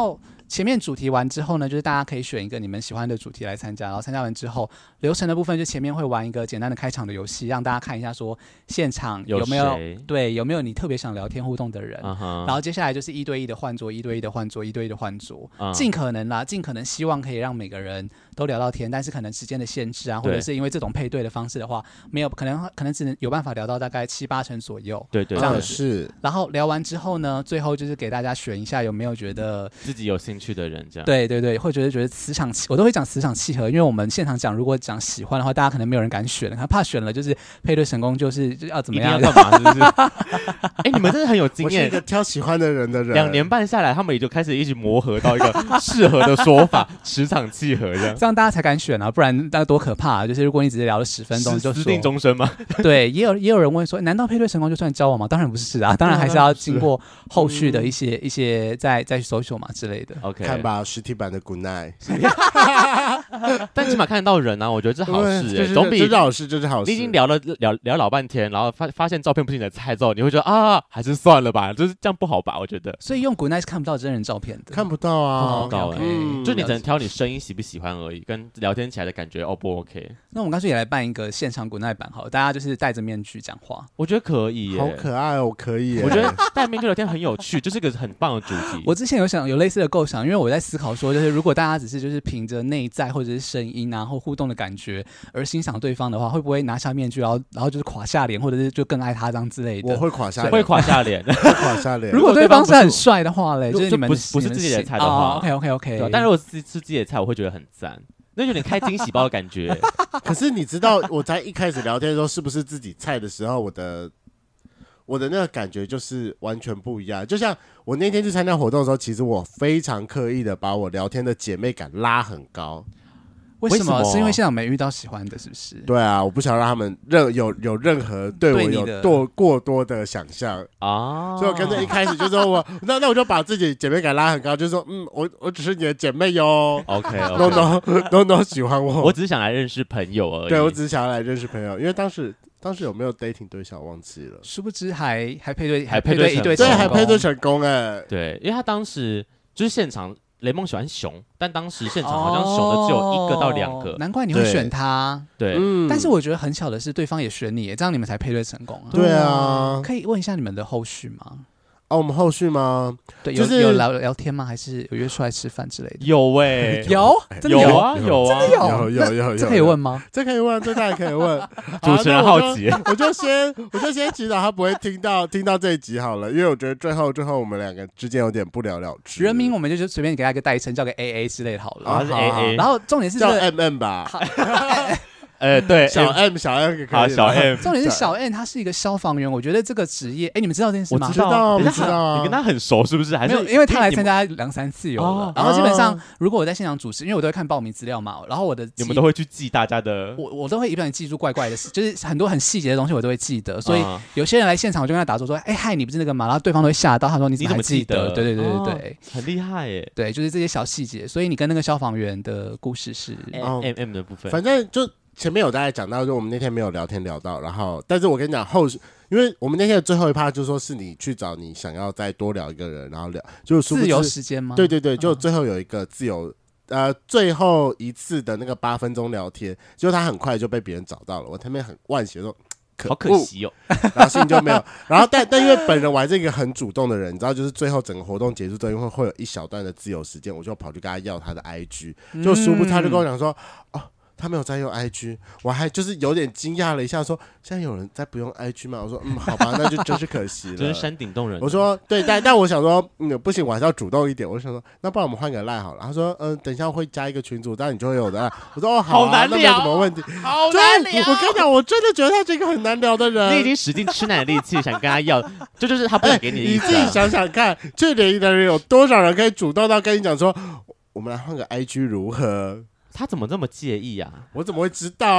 前面主题完之后呢，就是大家可以选一个你们喜欢的主题来参加，然后参加完之后，流程的部分就前面会玩一个简单的开场的游戏，让大家看一下说现场有没有对有没有你特别想聊天互动的人， uh-huh. 然后接下来就是一对一的换桌，一对一的换桌，一对一的换桌，尽、uh-huh. 可能啦，尽可能希望可以让每个人都聊到天，但是可能时间的限制啊，或者是因为这种配对的方式的话，没有可能可能只能有办法聊到大概七八成左右， 对对， 这样子、 啊、是。 然后聊完之后呢，最后就是给大家选一下有没有觉得自己有兴趣的人，这样对对对，会觉得觉得磁场，我都会讲磁场契合，因为我们现场讲，如果讲喜欢的话，大家可能没有人敢选，他怕选了就是配对成功，就是就要怎么样， 一定要干嘛，是不是？哎、欸，你们真的很有经验， 我是一个挑喜欢的人的人。 两年半下来，他们也就开始一起磨合到一个适合的说法，磁场契合这样， 这样大家才敢选啊，不然那多可怕、啊！就是如果你只是聊了十分钟就私定终身吗？ 对，也有也有人问说，难道配对成功就算交往吗？当然不是啊，当然还是要经过后续的一些、嗯、一些再再去social嘛之类的。 OK， 看吧，实体版的 Good Night。 但起码看得到人啊，我觉得这好事哎、欸，总比这是好事，这是好事。 你已经聊了聊聊老半天，然后发发现照片不是你的菜之后，你会觉得啊，还是算了吧，就是这样不好吧？我觉得。 所以用 Good Night 是看不到真人照片的， 看不到啊， 看不到哎、欸嗯， 就你只能挑你声音喜不喜欢而已，跟聊天起来的感觉 O 不 OK？ 那我们干脆也来办一个现场 Good Night 版好了，大家就是戴着面具讲话， 我觉得可以耶， 好可爱哦，可以耶。 我觉得戴面具聊天很有趣，就是个很棒的主题。 我之前有想有类似的构想，因为我在思考说，就是如果大家只是就是凭着内在或者是声音啊或互动的感觉而欣赏对方的话，会不会拿下面具，然后然后就是垮下脸，或者是就更爱他这样之类的？ 我会垮下脸， 会垮下脸， 会垮下脸。 如果对方是很帅的话嘞，就是你们不是不是自己的菜的话、 哦、，OK OK OK。 但如果是是自己的菜，我会觉得很赞。那有点开惊喜包的感觉。 可是你知道我在一开始聊天的时候是不是自己菜的时候，我的我的那个感觉就是完全不一样。就像我那天去参加活动的时候，其实我非常刻意的把我聊天的姐妹感拉很高。 为什么？是因为现场没遇到喜欢的，是不是？ 对啊，我不想让他们任有有任何对我有多过多的想象啊，所以我跟着一开始就说我那那我就把自己姐妹感拉很高，就说嗯，我我只是你的姐妹哟。 OK，no no no no 喜欢我， 我只是想来认识朋友而已。 对，我只是想要来认识朋友，因为当时当时有没有 dating 对象忘记了， 殊不知还还配对还配对一对， 对，还配对成功哎、欸。 对，因为他当时就是现场。雷梦喜欢熊，但当时现场好像熊的只有一个到两个、哦， 难怪你会选他。 对， 嗯，但是我觉得很巧的是，对方也选你，这样你们才配对成功啊。 对啊， 可以问一下你们的后续吗？ 哦，我们后续吗？ 对， 就是、 有有聊聊天吗？还是有约出来吃饭之类的？ 有哎、欸， 有，真的有啊，有啊， 真的有，有有有有， 这可以问吗？ 这可以问，这当然可以问。 主持人好奇， 我就先我就先祈祷他不会听到听到这一集好了，因为我觉得最后最后我们两个之间有点不了了之。 人名我们就随便给他一个代称，叫个 A A 之类的好了。 啊，是 A A， 然后重点是、 这個、叫 M M 吧。 呃，对， 小 M 小 M 可以， 好，小 M。 重点是小 M 他是一个消防员，我觉得这个职业，哎，你们知道这件事吗？ 我知道，我知道。 你跟他很熟是不是？还是没有，因为他来参加两三次有了。 哦、 然后基本上，如果我在现场主持，因为我都会看报名资料嘛，然后我的你们都会去记大家的， 我我都会一段记住怪怪的事，就是很多很细节的东西我都会记得。所以有些人来现场，我就跟他打招呼说：“哎嗨，你不是那个嘛？”然后对方都会吓到，他说：“你怎么还记得？”对对对对对， 很厉害耶。 对，就是这些小细节。所以你跟那个消防员的故事是 M M 的部分， 反正就。前面有大概讲到，就我们那天没有聊天聊到，然后，但是我跟你讲后，因为我们那天的最后一趴就说是你去找你想要再多聊一个人，然后聊，就是自由时间吗？ 对对对，就最后有一个自由，呃，最后一次的那个八分钟聊天，就他很快就被别人找到了，我他们很惋惜说， 好可惜哦， 然后心就没有，然后但但因为本人我还是一个很主动的人，你知道，就是最后整个活动结束之后，因为会有一小段的自由时间，我就跑去跟他要他的 I G， 就殊不知他就跟我讲说，哦。他没有在用 I G， 我还就是有点惊讶了一下，说现在有人在不用 I G 吗？我说嗯，好吧，那就真是可惜了， 真是山顶洞人。 我说对，但但我想说，嗯，不行，我还是要主动一点。我就想说，那不然我们换个 line 好了。他说，嗯、呃，等一下会加一个群组，但你就会有的。我说哦，好、啊， 好难聊， 那没有什么问题。 好难聊。 我跟你讲，我真的觉得他是一个很难聊的人。 你已经使尽吃奶的力气想跟他要，这就是他不想给你的意思、啊欸。你自己想想看，这里的人有多少人可以主动到跟你讲说，我们来换个 I G 如何？ 他怎么这么介意啊？ 我怎么会知道啊？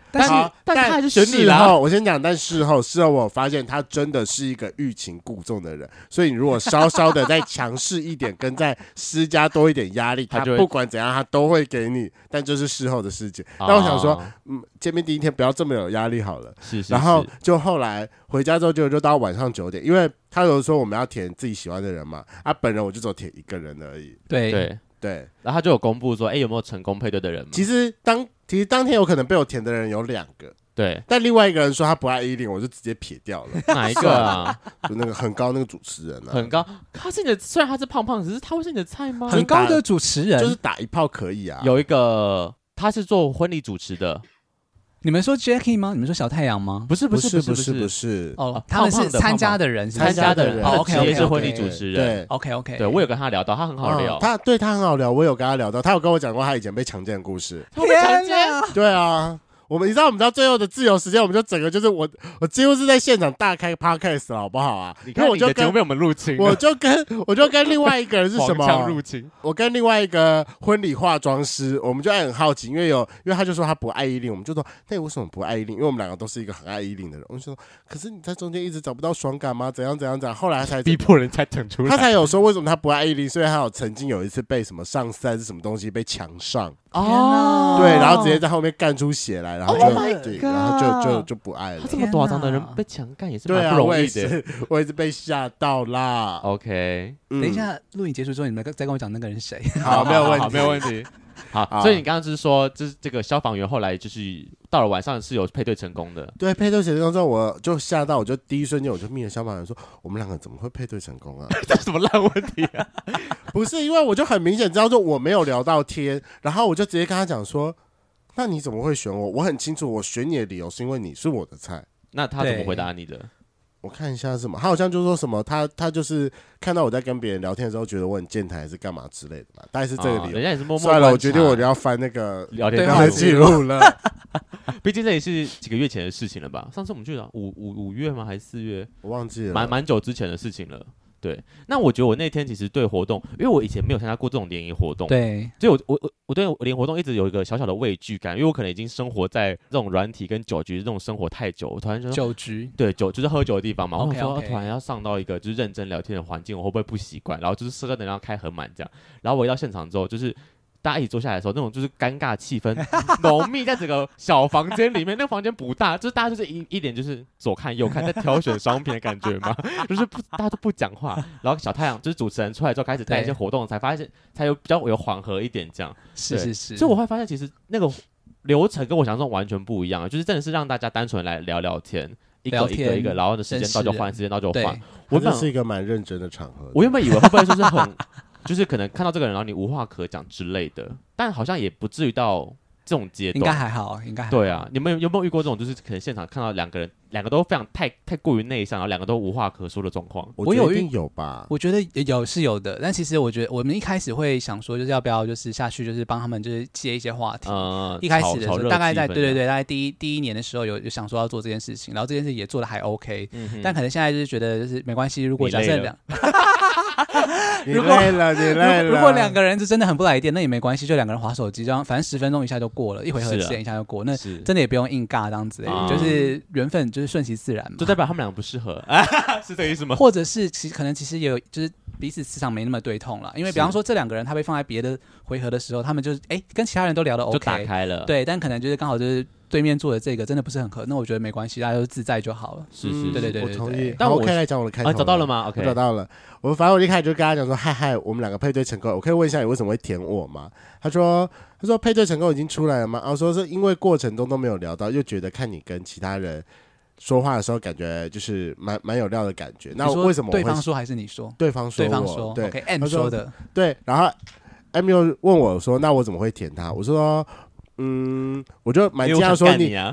但是但他还是选你啦。 事后我先讲，但事后事后我发现他真的是一个欲擒故纵的人，所以你如果稍稍的再强势一点，跟再施加多一点压力，他不管怎样他都会给你。但这是事后的事情。那、哦、我想说，嗯，见面第一天不要这么有压力好了。 是是是。 然后就后来回家之后就就到晚上九点，因为他有说我们要填自己喜欢的人嘛，啊，本人我就只有填一个人而已。 对对。 对， 然后他就有公布说，哎、欸，有没有成功配对的人吗？ 其实当其实当天有可能被我填的人有两个， 对， 但另外一个人说他不爱依林，我就直接撇掉了。 哪一个啊？ 就那个很高那个主持人啊， 很高，他是你的，虽然他是胖胖，只是他会是你的菜吗？ 很高的主持人， 就是打一炮可以啊。 有一个他是做婚礼主持的。 你们说 Jackie 吗？你们说小太阳吗？ 不是不是不是不是不是哦，他们是参加的人， 参加的人， 哦 OK OK， 也是婚礼主持人。 对 ，OK OK， 对我有跟他聊到，他很好聊， 哦、他对他很好聊，我有跟他聊到，他有跟我讲过他以前被强奸的故事。 他被强奸？ 对啊。我们你知道我们到最后的自由时间，我们就整个就是我我几乎是在现场大开 podcast 了，好不好啊？ 你看我就跟被我们入侵， 我就跟我就跟另外一个人是什么？ 黄腔入侵。 我跟另外一个婚礼化妆师，我们就很好奇，因为有因为他就说他不爱依林，我们就说那你为什么不爱依林？因为我们两个都是一个很爱依林的人。我就说，可是你在中间一直找不到爽感吗？怎样怎样怎样？后来他才逼迫人才整出来， 他才有说为什么他不爱依林，所以他有曾经有一次被什么上司还是什么东西被强上。 哦， 对，然后直接在后面干出血来，然后就、 oh 对，然后就就就不爱了。 他这么短长的人被强干也是蛮不容易的， 对啊、我, 我也是被吓到啦。 OK，、 嗯、 等一下录影结束之后，你们再跟我讲那个人是谁？ 好，没有问题， 没有问题。好，所以你刚刚就是说，就是这个消防员后来就是到了晚上是有配对成功的。 对，配对成功之后，我就吓到，我就第一瞬间我就密了消防员说，我们两个怎么会配对成功啊？ 这什么烂问题啊？ 不是，因为我就很明显知道说我没有聊到天，然后我就直接跟他讲说，那你怎么会选我？我很清楚，我选你的理由是因为你是我的菜。 那他怎么回答你的？ 我看一下是什么，他好像就说什么，他他就是看到我在跟别人聊天的时候，觉得我很健谈还是干嘛之类的吧，大概是这个理由。 哦、人家也是默默算了，我决定我就要翻那个聊天记录了。 毕竟这也是几个月前的事情了吧？上次我们去了五五五月吗？还是四月？ 我忘记了， 蛮蛮久之前的事情了。对，那我觉得我那天其实对活动，因为我以前没有参加过这种联谊活动， 对， 所以我我我对联谊活动一直有一个小小的畏惧感，因为我可能已经生活在这种软体跟酒局这种生活太久，我突然觉得酒局， 对酒就是喝酒的地方嘛， okay, 我想说 okay. 突然要上到一个就是认真聊天的环境，我会不会不习惯？然后就是社交能量开很满这样，然后我一到现场之后，就是大家一起坐下来的时候，那种就是尴尬气氛浓密在整个小房间里面，那个房间不大，就是大家就是一一点就是左看右看在挑选商品的感觉嘛，就是不大家都不讲话，然后小太阳就是主持人出来之后开始带一些活动，才发现才有比较有缓和一点这样， 是是是， 所以我会发现其实那个流程跟我想象中完全不一样，就是真的是让大家单纯来聊聊天。一个一个一个，然后的时间到就换，时间到就换。 我这是一个蛮认真的场合。 我原本以为会不会就是很，就是可能看到这个人，然后你无话可讲之类的，但好像也不至于到这种阶段。 应该还好，应该还好。 对啊，你们有没有遇过这种，就是可能现场看到两个人，两个都非常太太过于内向，然后两个都无话可说的状况？ 我有一定有吧？ 我觉得有是有的，但其实我觉得我们一开始会想说，就是要不要就是下去，就是帮他们就是接一些话题。 嗯， 一开始的时候，大概在对对对，大概第一第一年的时候有有想说要做这件事情，然后这件事也做的还 OK，嗯，但可能现在就是觉得就是没关系，如果假设两。 你累了，你累了。 如果两个人就真的很不来电，那也没关系，就两个人滑手机，这样反正十分钟一下就过了，一回合时间一下就过，那真的也不用硬尬这样子，就是缘分就是顺其自然嘛， 就代表他们两个不适合，是这个意思吗？ 或者是其实可能其实也有就是彼此磁场没那么对痛了，因为比方说这两个人他被放在别的回合的时候，他们就是哎跟其他人都聊得 OK， 就打开了， 对，但可能就是刚好就是对面坐的这个真的不是很合，那我觉得没关系，大家都自在就好了。 是是， 对对对， 我同意。 但我可以来讲我的开头， 找到了吗 ？OK， 我找到了。我反正我一开始就跟他讲说，嗨嗨，我们两个配对成功，我可以问一下你为什么会填我吗？他说，他说配对成功已经出来了吗？然后说是因为过程中都没有聊到，又觉得看你跟其他人说话的时候，感觉就是蛮蛮有料的感觉。那为什么对方说还是你说？ 对方说， 对方说， 对 ，OK，M 说的， 对。然后 M 又问我说，那我怎么会填他？我说。嗯，我就蛮惊讶说你， 你啊，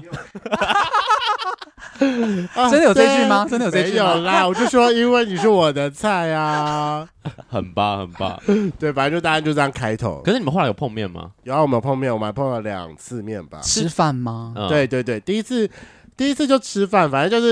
真的有这句吗？真的有这句吗？ 没有啦，我就说因为你是我的菜啊， 很棒很棒。 对，反正就大家就这样开头。 可是你们后来有碰面吗？ 有啊，我们有碰面，我们还碰了两次面吧。 吃饭吗？ 对对对，第一次第一次就吃饭，反正就是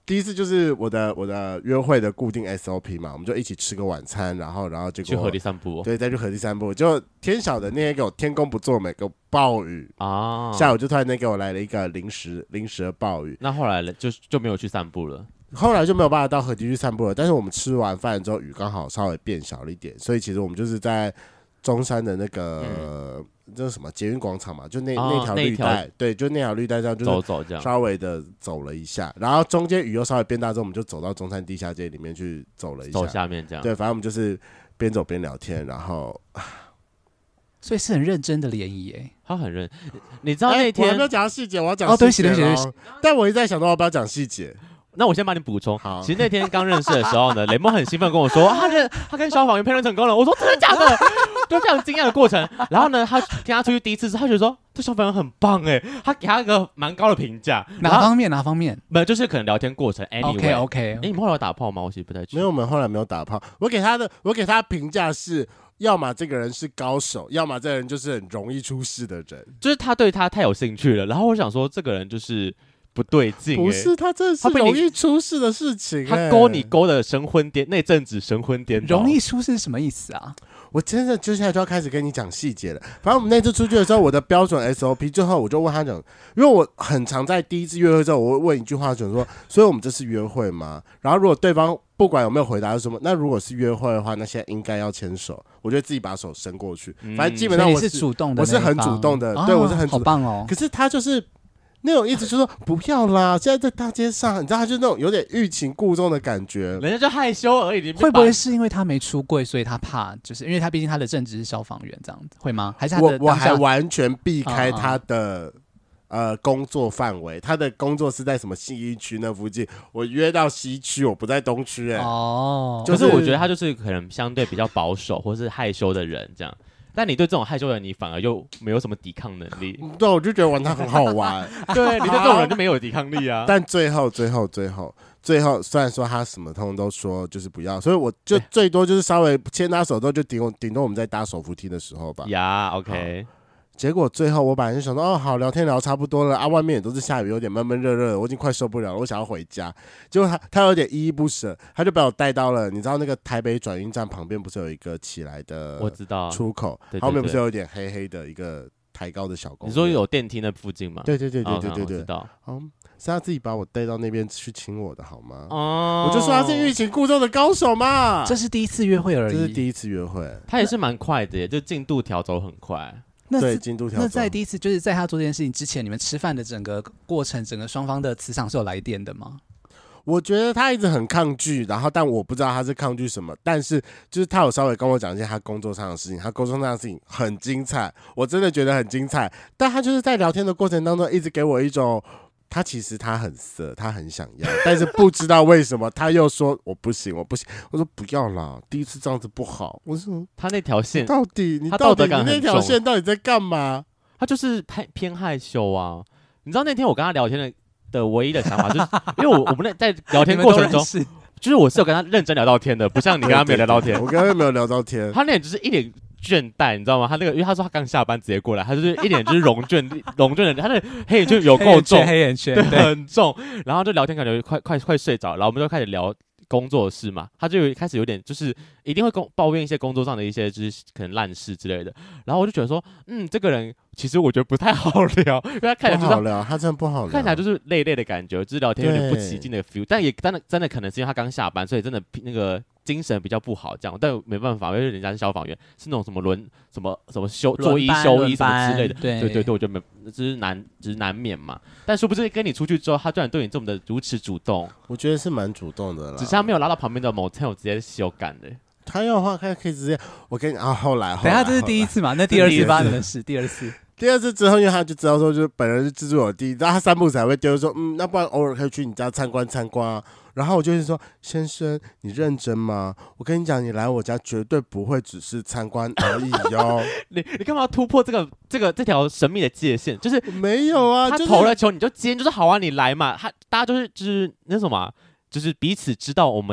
第一次就是我的我的约会的固定 S O P 嘛，我们就一起吃个晚餐，然后然后结果去河堤散步、哦， 对，再去河堤散步。就天晓得那天给我天公不作美，给我暴雨啊！下午就突然间给我来了一个临时临时的暴雨。 那后来就就没有去散步了。 后来就没有办法到河堤去散步了，但是我们吃完饭之后雨刚好稍微变小了一点，所以其实我们就是在中山的那个。嗯这是什么捷运广场嘛？就那、哦、那条绿带，对，就那条绿带上，就是稍微的走了一下，然后中间雨又稍微变大之后，我们就走到中山地下街里面去走了一下， 走下面这样。 对，反正我们就是边走边聊天，然后， 所以是很认真的联谊诶。 他很认，你知道那天、 欸、我还没有讲到细节，我要讲细节哦，对不起对不起对不起，但我一直在想到要不要讲细节。 那我先帮你补充。其实那天刚认识的时候呢，雷梦很兴奋跟我说，啊、他跟他跟消防员配对成功了。我说真的假的？就非常惊讶的过程。然后呢，他跟他出去第一次时，他觉得说这消防员很棒哎，他给他一个蛮高的评价。 哪方面？哪方面？ 没有，就是可能聊天过程。Anyway, OK OK。 哎，你们后来有打炮吗？我其实不太清楚。 没有，我们后来没有打炮。我给他的，我给他评价是。要么这个人是高手，要么这个人就是很容易出事的人。 就是他对他太有兴趣了，然后我想说这个人就是不对劲、欸。 不是，他真的是容易出事的事情、欸。 他勾你勾的神魂颠，那阵子神魂颠倒。 容易出事是什么意思啊？ 我真的接下来就要开始跟你讲细节了。反正我们那次出去的时候，我的标准 S O P 最后我就问他讲，因为我很常在第一次约会之后，我会问一句话，就是说，所以我们这是约会吗？然后如果对方不管有没有回答是什么，那如果是约会的话，那现在应该要牵手。我就自己把手伸过去， 嗯、 反正基本上我是, 是主动的， 我是很主动的，哦、对我是很主动好棒哦。 可是他就是那种一直就说不要啦，现在在大街上，你知道，他就那种有点欲擒故纵的感觉， 人家就害羞而已。 会不会是因为他没出柜，所以他怕？就是因为他毕竟他的正职是消防员，这样子会吗？还是他的我我还完全避开他的。嗯呃，工作范围，他的工作是在什么信义区那附近？我约到西区，我不在东区、欸。 哦， 就是我觉得他就是可能相对比较保守或是害羞的人这样。但你对这种害羞的人，你反而又没有什么抵抗能力。 对，我就觉得玩他很好玩。 对，你对这种人就没有抵抗力啊。 但最后，最后，最后，最后，虽然说他什么通都说就是不要，所以我就最多就是稍微牵他手之后，就顶顶多我们在搭手扶梯的时候吧。 呀、yeah, ，OK。 结果最后我本来就想说，哦，好，聊天聊差不多了啊，外面也都是下雨，有点闷闷热热的，我已经快受不了了，我想要回家。结果他他有点依依不舍，他就把我带到了，你知道那个台北转运站旁边不是有一个起来的， 我知道出口， 对对对， 后面不是有点黑黑的一个抬高的小公园？ 你说有电梯那附近吗？ 对对对对对对对， 知道。 嗯，是他自己把我带到那边去亲我的好吗？哦，我就说他是欲擒故纵的高手嘛。 这是第一次约会而已， 这是第一次约会， 他也是蛮快的耶，就进度条走很快。 那对，进度条。 那在第一次就是在他做这件事情之前，你们吃饭的整个过程，整个双方的磁场是有来电的吗？ 我觉得他一直很抗拒，然后但我不知道他是抗拒什么，但是就是他有稍微跟我讲一些他工作上的事情，他工作上的事情很精彩，我真的觉得很精彩，但他就是在聊天的过程当中一直给我一种。他其实他很色，他很想要，但是不知道为什么他又说我不行，我不行。我说不要啦，第一次这样子不好。我说他那条线到底你他到底道德感很重， 你那条线到底在干嘛？ 他就是偏害羞啊。你知道那天我跟他聊天的的唯一的想法就是，因为我我们在聊天过程中，就是我是有跟他认真聊到天的，不像你跟他没有聊到天。 我跟他没有聊到天， 他那脸就是一脸倦怠，你知道吗？他那个，因为他说他刚下班直接过来，他就是一脸就是容倦容倦的，他的黑眼圈有够重， 黑眼圈对，很重。然后就聊天，感觉快快快睡着，然后我们就开始聊工作的事嘛。他就开始有点就是一定会工抱怨一些工作上的一些就是可能烂事之类的。然后我就觉得说，嗯，这个人其实我觉得不太好聊，因为他看起来就是不好聊，他真的不好聊， 看起来就是累累的感觉，就是聊天有点不起劲的 feel。但也真的真的可能是因为他刚下班，所以真的那个。精神比较不好，这样，但没办法，因为人家是消防员，是那种什么轮什么什么休做一休一什么之类的， 对对对对，我觉得没，只是难，只是难免嘛。但殊不知跟你出去之后，他居然对你这么的如此主动， 我觉得是蛮主动的啦。 只是他没有拉到旁边的 motel 直接修改的。 他要的话，可以可以直接，我跟你啊，后来， 等一下这是第一次嘛？那第二次发生的事，第二次。 第二次之后，因为他就知道说，就是本人是自助有地，然后他三不才会丢说，嗯，那不然偶尔可以去你家参观参观啊。然后我就是说，先生，你认真吗？我跟你讲，你来我家绝对不会只是参观而已哟。 你你干嘛突破这个这个这条神秘的界限？就是没有啊， 他投了球你就接，就是好啊，你来嘛。他大家就是就是那什么、啊，就是彼此知道我们在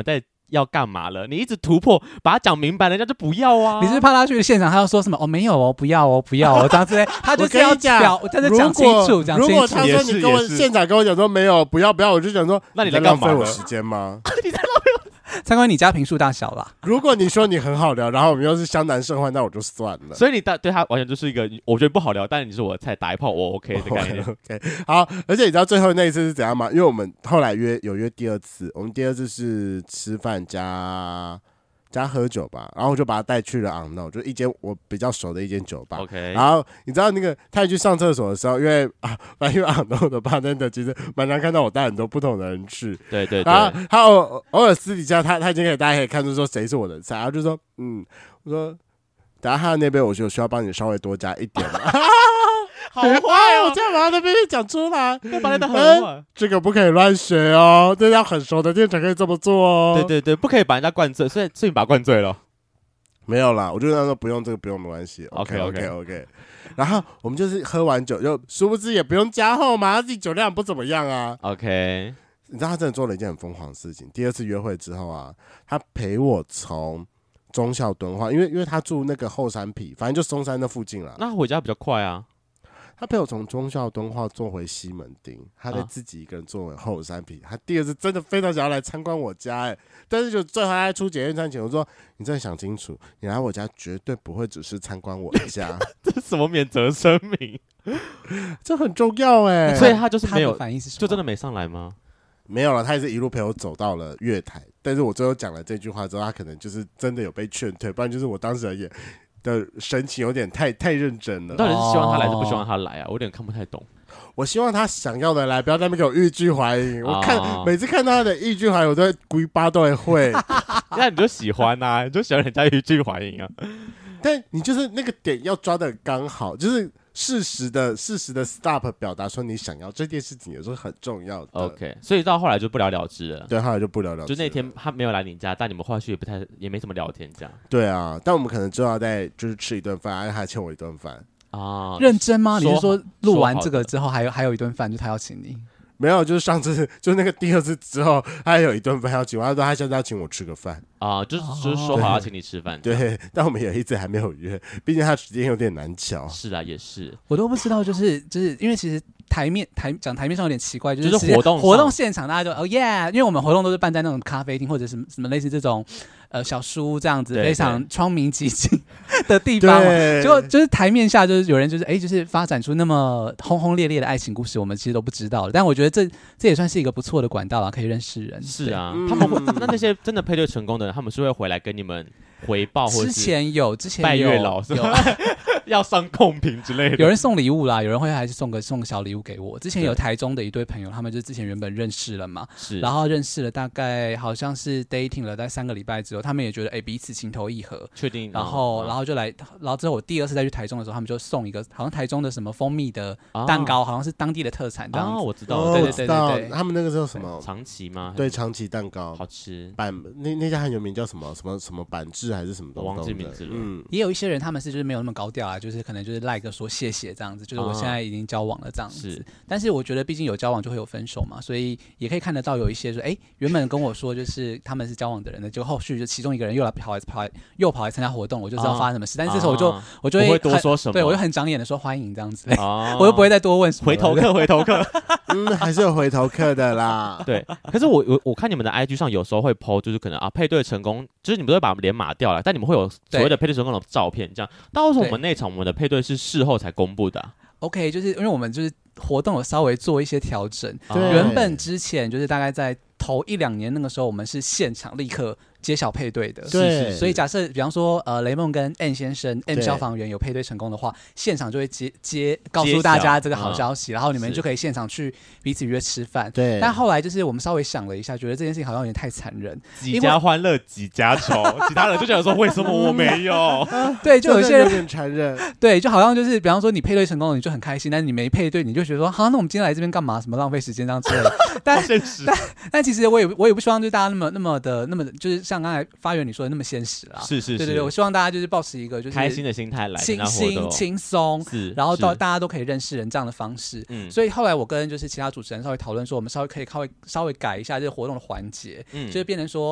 要干嘛了，你一直突破，把它讲明白，人家就不要啊。 你是怕他去现场，他要说什么？哦，没有哦，不要哦，不要哦，这样之类，他就是要表，他就讲清楚，讲清楚。 如果他说你跟我现场跟我讲说没有，不要不要，我就想说， 那你在浪费我时间吗？ 你在浪费我。 参观你家坪数大小啦。 如果你说你很好聊，然后我们又是湘南盛欢，那我就算了。 所以你对他完全就是一个我觉得不好聊，但是你是我的菜，打一炮我 OK 的概念。 OK， 好，而且你知道最后那一次是怎样吗？因为我们后来约有约第二次，我们第二次是吃饭加加喝酒吧，然后我就把他带去了 Unknown， 就一间我比较熟的一间酒吧。 OK， 然后你知道那个他去上厕所的时候，因为啊，反正因为 Unknown 的 bartender 其实蛮常看到我带很多不同的人去， 对对对， 然后他偶偶尔私底下他他已经可以大家可以看出说谁是我的菜，然后就说嗯，我说等下他的那边我就需要帮你稍微多加一点嘛。 好坏哦！ 我这样把他的秘密讲出来， 把他的很坏、嗯， 这个不可以乱学哦，这要很熟的店才可以这么做哦。 对对对，不可以把人家灌醉，所以所以你把他灌醉了。 没有啦，我就跟他说不用这个，不用没关系。OK OK OK。然后我们就是喝完酒，就殊不知也不用加厚嘛，他自己酒量不怎么样啊。 OK， 你知道他真的做了一件很疯狂的事情。第二次约会之后啊，他陪我从忠孝敦化，因为因为他住那个后山埤，反正就松山那附近啦。 那回家比较快啊。 他陪我从忠孝敦化坐回西门町，他在自己一个人坐回后山埤。他第二次真的非常想要来参观我家、欸，但是就最后他在出捷运站前，我说：“你真的想清楚，你来我家绝对不会只是参观我家。” 这是什么免责声明？ 这很重要哎、欸。 所以他就是没有反应是什么？ 就真的没上来吗？ 没有了，他也是一路陪我走到了月台。但是我最后讲了这句话之后，他可能就是真的有被劝退，不然就是我当时也。的神情有点太太认真了。 你到底是希望他来，还是不希望他来啊？我有点看不太懂。 我希望他想要的来，不要在那边给我欲拒还迎。我看、哦、每次看他的欲拒还迎，我都会龟巴都会会。 那你就喜欢啊，你就喜欢人家欲拒还迎啊。 但你就是那个点要抓的刚好，就是适时的适时的 stop 表达说你想要这件事情也是很重要的。 OK， 所以到后来就不了了之了。 对，后来就不了了之了。 就那天他没有来你家，但你们后续也不太也没什么聊天这样。 对啊，但我们可能之后要再就是吃一顿饭，而且还欠我一顿饭啊。 认真吗？你是说录完这个之后还有还有一顿饭，就他要请你？ 没有，就是上次就是那个第二次之后，他还有一顿饭要请我，他说他现在要请我吃个饭啊，就是就是说好要请你吃饭。 对，但我们也一直还没有约，毕竟他时间有点难瞧。 是啊，也是， 我都不知道，就是就是因为其实台面台讲台面上有点奇怪，就是、 就是、活动活动现场大家就哦耶，因为我们活动都是办在那种咖啡厅或者什么什么类似这种呃小书这样子非常窗明几净的地方嘛，结果就是台面下就是有人就是哎就是发展出那么轰轰烈烈的爱情故事，我们其实都不知道，但我觉得这这也算是一个不错的管道啦，可以认识人。 是啊，他们会那那些真的配对成功的人，他们是会回来跟你们回报，或者之前有之前有拜月老是吧？要上贡品之类的， 有人送礼物啦，有人会还是送个送个小礼物给我。之前有台中的一对朋友，他们就之前原本认识了嘛， 是，然后认识了大概好像是 dating 了，在三个礼拜之后，他们也觉得哎、欸、彼此情投意合， 确定， 然后、 嗯、 然后就来，然后之后我第二次再去台中的时候，他们就送一个好像台中的什么蜂蜜的蛋糕，啊、好像是当地的特产这样子。 哦，我知道， 对对对对对， 他们那个叫什么？ 长崎吗？ 对，长崎蛋糕， 好吃。 板那那家很有名，叫什么什么什么板制还是什么东西？ 我忘记名字了。 嗯，也有一些人他们是就是没有那么高调啊，就是可能就是赖个说谢谢这样子，就是我现在已经交往了这样子。是，但是我觉得毕竟有交往就会有分手嘛，所以也可以看得到有一些说，哎，原本跟我说就是他们是交往的人呢，就后续就其中一个人又来跑来跑来又跑来参加活动，我就知道发生什么事。但是这时候我就、啊、我就会不会多说什么， 对我就很长眼的说欢迎这样子，啊、我又不会再多问什么。 回头客，回头客， 嗯，还是有回头客的啦。 对，可是我我我看你们的 I G 上有时候会 po， 就是可能啊配对成功，就是你们都会把脸码掉了，但你们会有所谓的配对成功的照片，这样。但为什么我们那场我们的配对是事后才公布的、啊、 ？OK， 就是因为我们就是活动有稍微做一些调整，原本之前就是大概在头一两年那个时候，我们是现场立刻揭晓配对的， 对， 所以假设比方说呃雷梦跟 N 先生 N 消防员有配对成功的话，现场就会接接告诉大家这个好消息，嗯、然后你们就可以现场去彼此约吃饭。 对， 但后来就是我们稍微想了一下，觉得这件事情好像有点太残忍， 几家欢乐几家愁，其他人就觉得说为什么我没有？ 对，就有些人有点残忍， 对，就好像就是比方说你配对成功了，你就很开心，但是你没配对，你就觉得说好，那我们今天来这边干嘛？什么浪费时间这样之类的。但但但其实我也我也不希望就是大家那么那么的那么就是像刚才发源你说的那么现实啦。 是是是， 对对对，我希望大家就是抱持一个就是开心的心态来， 清新轻松，然后到大家都可以认识人这样的方式。嗯，所以后来我跟就是其他主持人稍微讨论说，我们稍微可以稍微稍微改一下这个活动的环节，嗯，就是变成说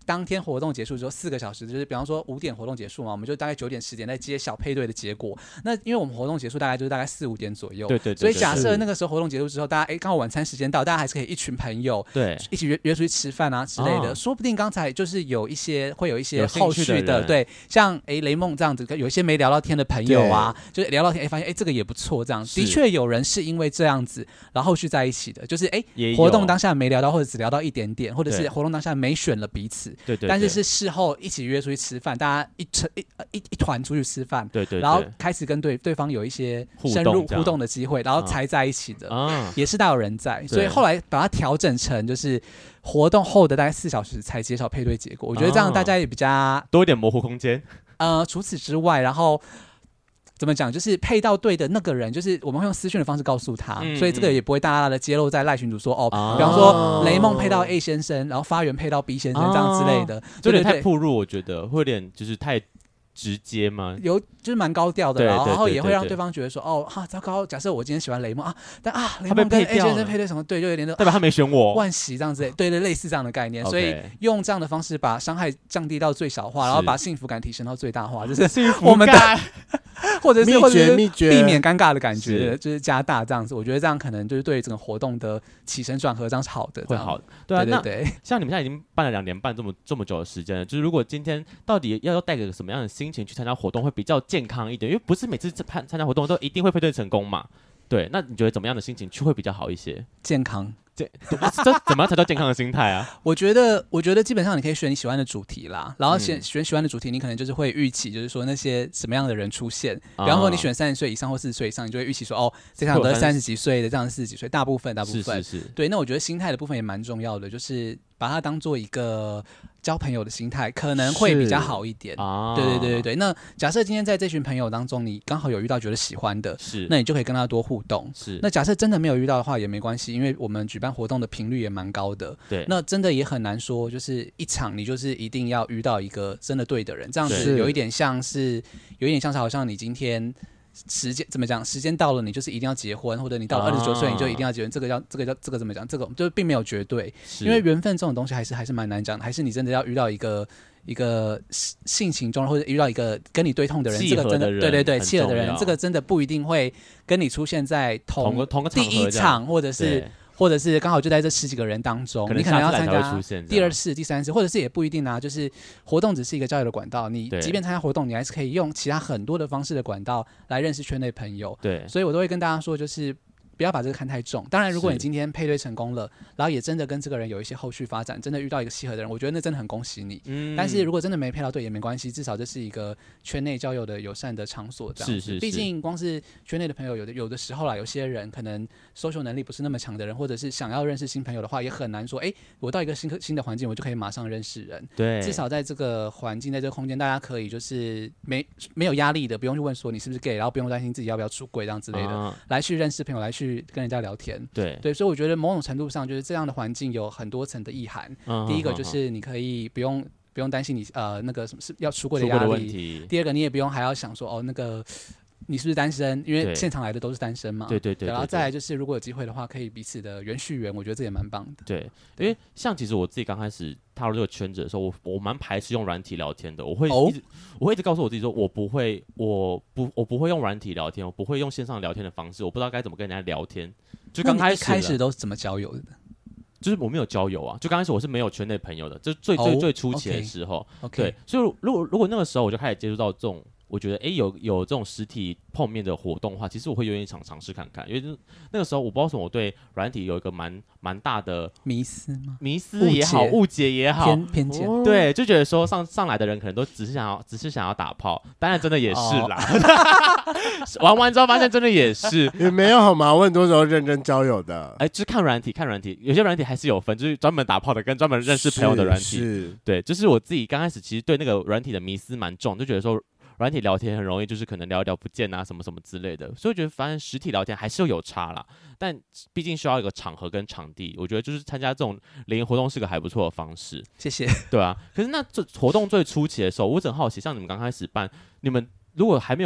当天活动结束之后四个小时，就是比方说五点活动结束嘛，我们就大概九点十点再揭晓配对的结果。那因为我们活动结束大概就是大概四五点左右， 对对 对, 对, 对， 所以假设那个时候活动结束之后，大家哎刚好晚餐时间到，大家还是可以一群朋友对一起约约出去吃饭啊之类的，哦、说不定刚才就是有一些会有一些后续的，对，像哎雷梦这样子，有一些没聊到天的朋友啊，就是聊到天哎发现哎这个也不错，这样的确有人是因为这样子，然后后续在一起的，就是哎活动当下没聊到，或者只聊到一点点，或者是活动当下没选了彼此， 对 对, 对， 但是是事后一起约出去吃饭，大家一一一一团出去吃饭， 对 对, 对， 然后开始跟对对方有一些深入互动的机会，然后才在一起的，嗯、也是大有人在，所以后来把它调整成就是活动后的大概四小时才揭晓配对结果，我觉得这样大家也比较多一点模糊空间。 呃，除此之外，然后。怎么讲？就是配到对的那个人，就是我们会用私讯的方式告诉他，嗯、所以这个也不会大大的揭露在赖群组说哦，哦比方说雷梦配到 A 先生，然后发源配到 B 先生、哦、这样之类的， 有点太暴露，我觉得会有点就是太直接吗？ 有就是蛮高调的，然后也会让对方觉得说哦哈糟糕，假设我今天喜欢雷梦啊，但啊雷梦跟 A 先生配对什么对，就有点代表他没选我， 惋惜这样子，对对，类似这样的概念， okay. 所以用这样的方式把伤害降低到最小化，然后把幸福感提升到最大化，就是我们的。或者是或者是避免尴尬的感觉，就是加大这样子。我觉得这样可能就是对整个活动的起承转合这样是好的， 会好的。对啊， 对对对。 像你们现在已经办了两年半这么这么久的时间了，就是如果今天到底要带个什么样的心情去参加活动会比较健康一点？因为不是每次参参加活动都一定会配对成功嘛。对，那你觉得怎么样的心情去会比较好一些？ 健康。 这这怎么样才叫健康的心态啊？ 我觉得，我觉得基本上你可以选你喜欢的主题啦，然后选、嗯、选喜欢的主题，你可能就是会预期，就是说那些什么样的人出现。比方说，你选三十岁以上或四十岁以上，你就会预期说，哦，这场都是三十几岁的，这样四十几岁，大部分大部分是是是。 对，那我觉得心态的部分也蛮重要的，就是把它当做一个交朋友的心态，可能会比较好一点。啊、对对对对对。那假设今天在这群朋友当中，你刚好有遇到觉得喜欢的， 是， 那你就可以跟他多互动。 是。 那假设真的没有遇到的话，也没关系，因为我们举办活动的频率也蛮高的。 对。 那真的也很难说，就是一场你就是一定要遇到一个真的对的人，这样子有一点像是，有一点像是好像你今天。时间怎么讲？时间到了，你就是一定要结婚，或者你到了二十九岁，你就一定要结婚。这个叫这个叫这个怎么讲？这个就是并没有绝对，因为缘分这种东西还是还是蛮难讲的。还是你真的要遇到一个一个性情中，或者遇到一个跟你对痛的人，这个真的对对对契合的人，这个真的不一定会跟你出现在同同个同个第一场，或者是。或者是刚好就在这十几个人当中，你可能要参加第二次、第三次，或者是也不一定啊。就是活动只是一个交友的管道，你即便参加活动，你还是可以用其他很多的方式的管道来认识圈内朋友。 对， 所以我都会跟大家说，就是不要把这个看太重。当然，如果你今天配对成功了，然后也真的跟这个人有一些后续发展，真的遇到一个契合的人，我觉得那真的很恭喜你。嗯、但是如果真的没配到对也没关系，至少这是一个圈内交友的友善的场所，这样子。 是是是。 毕竟光是圈内的朋友，有的有的时候啦，有些人可能 social 能力不是那么强的人，或者是想要认识新朋友的话，也很难说，哎，我到一个新新的环境，我就可以马上认识人。 对。 至少在这个环境，在这个空间，大家可以就是没没有压力的，不用去问说你是不是 gay， 然后不用担心自己要不要出柜这样之类的，啊、来去认识朋友，来去跟人家聊天。 对对，所以我觉得某种程度上，就是这样的环境有很多层的意涵。嗯、第一个就是你可以不用不用担心你呃那个什么是要出柜的压力。第二个你也不用还要想说哦那个你是不是单身，因为现场来的都是单身嘛。 对对 对, 对, 对, 对。 然后再来就是如果有机会的话，可以彼此的缘续缘，我觉得这也蛮棒的。 对，因为像其实我自己刚开始踏入这个圈子的时候，我我蛮排斥用软体聊天的。我会一直、哦、我会一直告诉我自己说，我不会，我不我不会用软体聊天，我不会用线上聊天的方式，我不知道该怎么跟人家聊天。就刚开始， 开始都是怎么交友的？ 就是我没有交友啊，就刚开始我是没有圈内朋友的，就最最、oh, 最初期的时候。 Okay. 对，所以如果如果那个时候我就开始接触到这种。我觉得，哎，有有这种实体碰面的活动的话，其实我会愿意尝尝试看看，因为那个时候我不知道为什么我对软体有一个蛮蛮大的迷思吗？ 迷思也好，误解也好， 偏偏见、哦， 对，就觉得说上上来的人可能都只是想要，只是想要打炮，当然真的也是啦。哦、玩完之后发现真的也是， 也没有好吗？我很多时候认真交友的， 哎，就是看软体，看软体，有些软体还是有分，就是专门打炮的跟专门认识朋友的软体， 是， 对，就是我自己刚开始其实对那个软体的迷思蛮重，就觉得说。软体聊天很容易，就是可能聊一聊不见啊，什么什么之类的，所以我觉得反正实体聊天还是有差啦，但毕竟需要一个场合跟场地，我觉得就是参加这种联谊活动是个还不错的方式。 谢谢。 对啊，可是那这活动最初期的时候，我很好奇，像你们刚开始办，你们如果还没有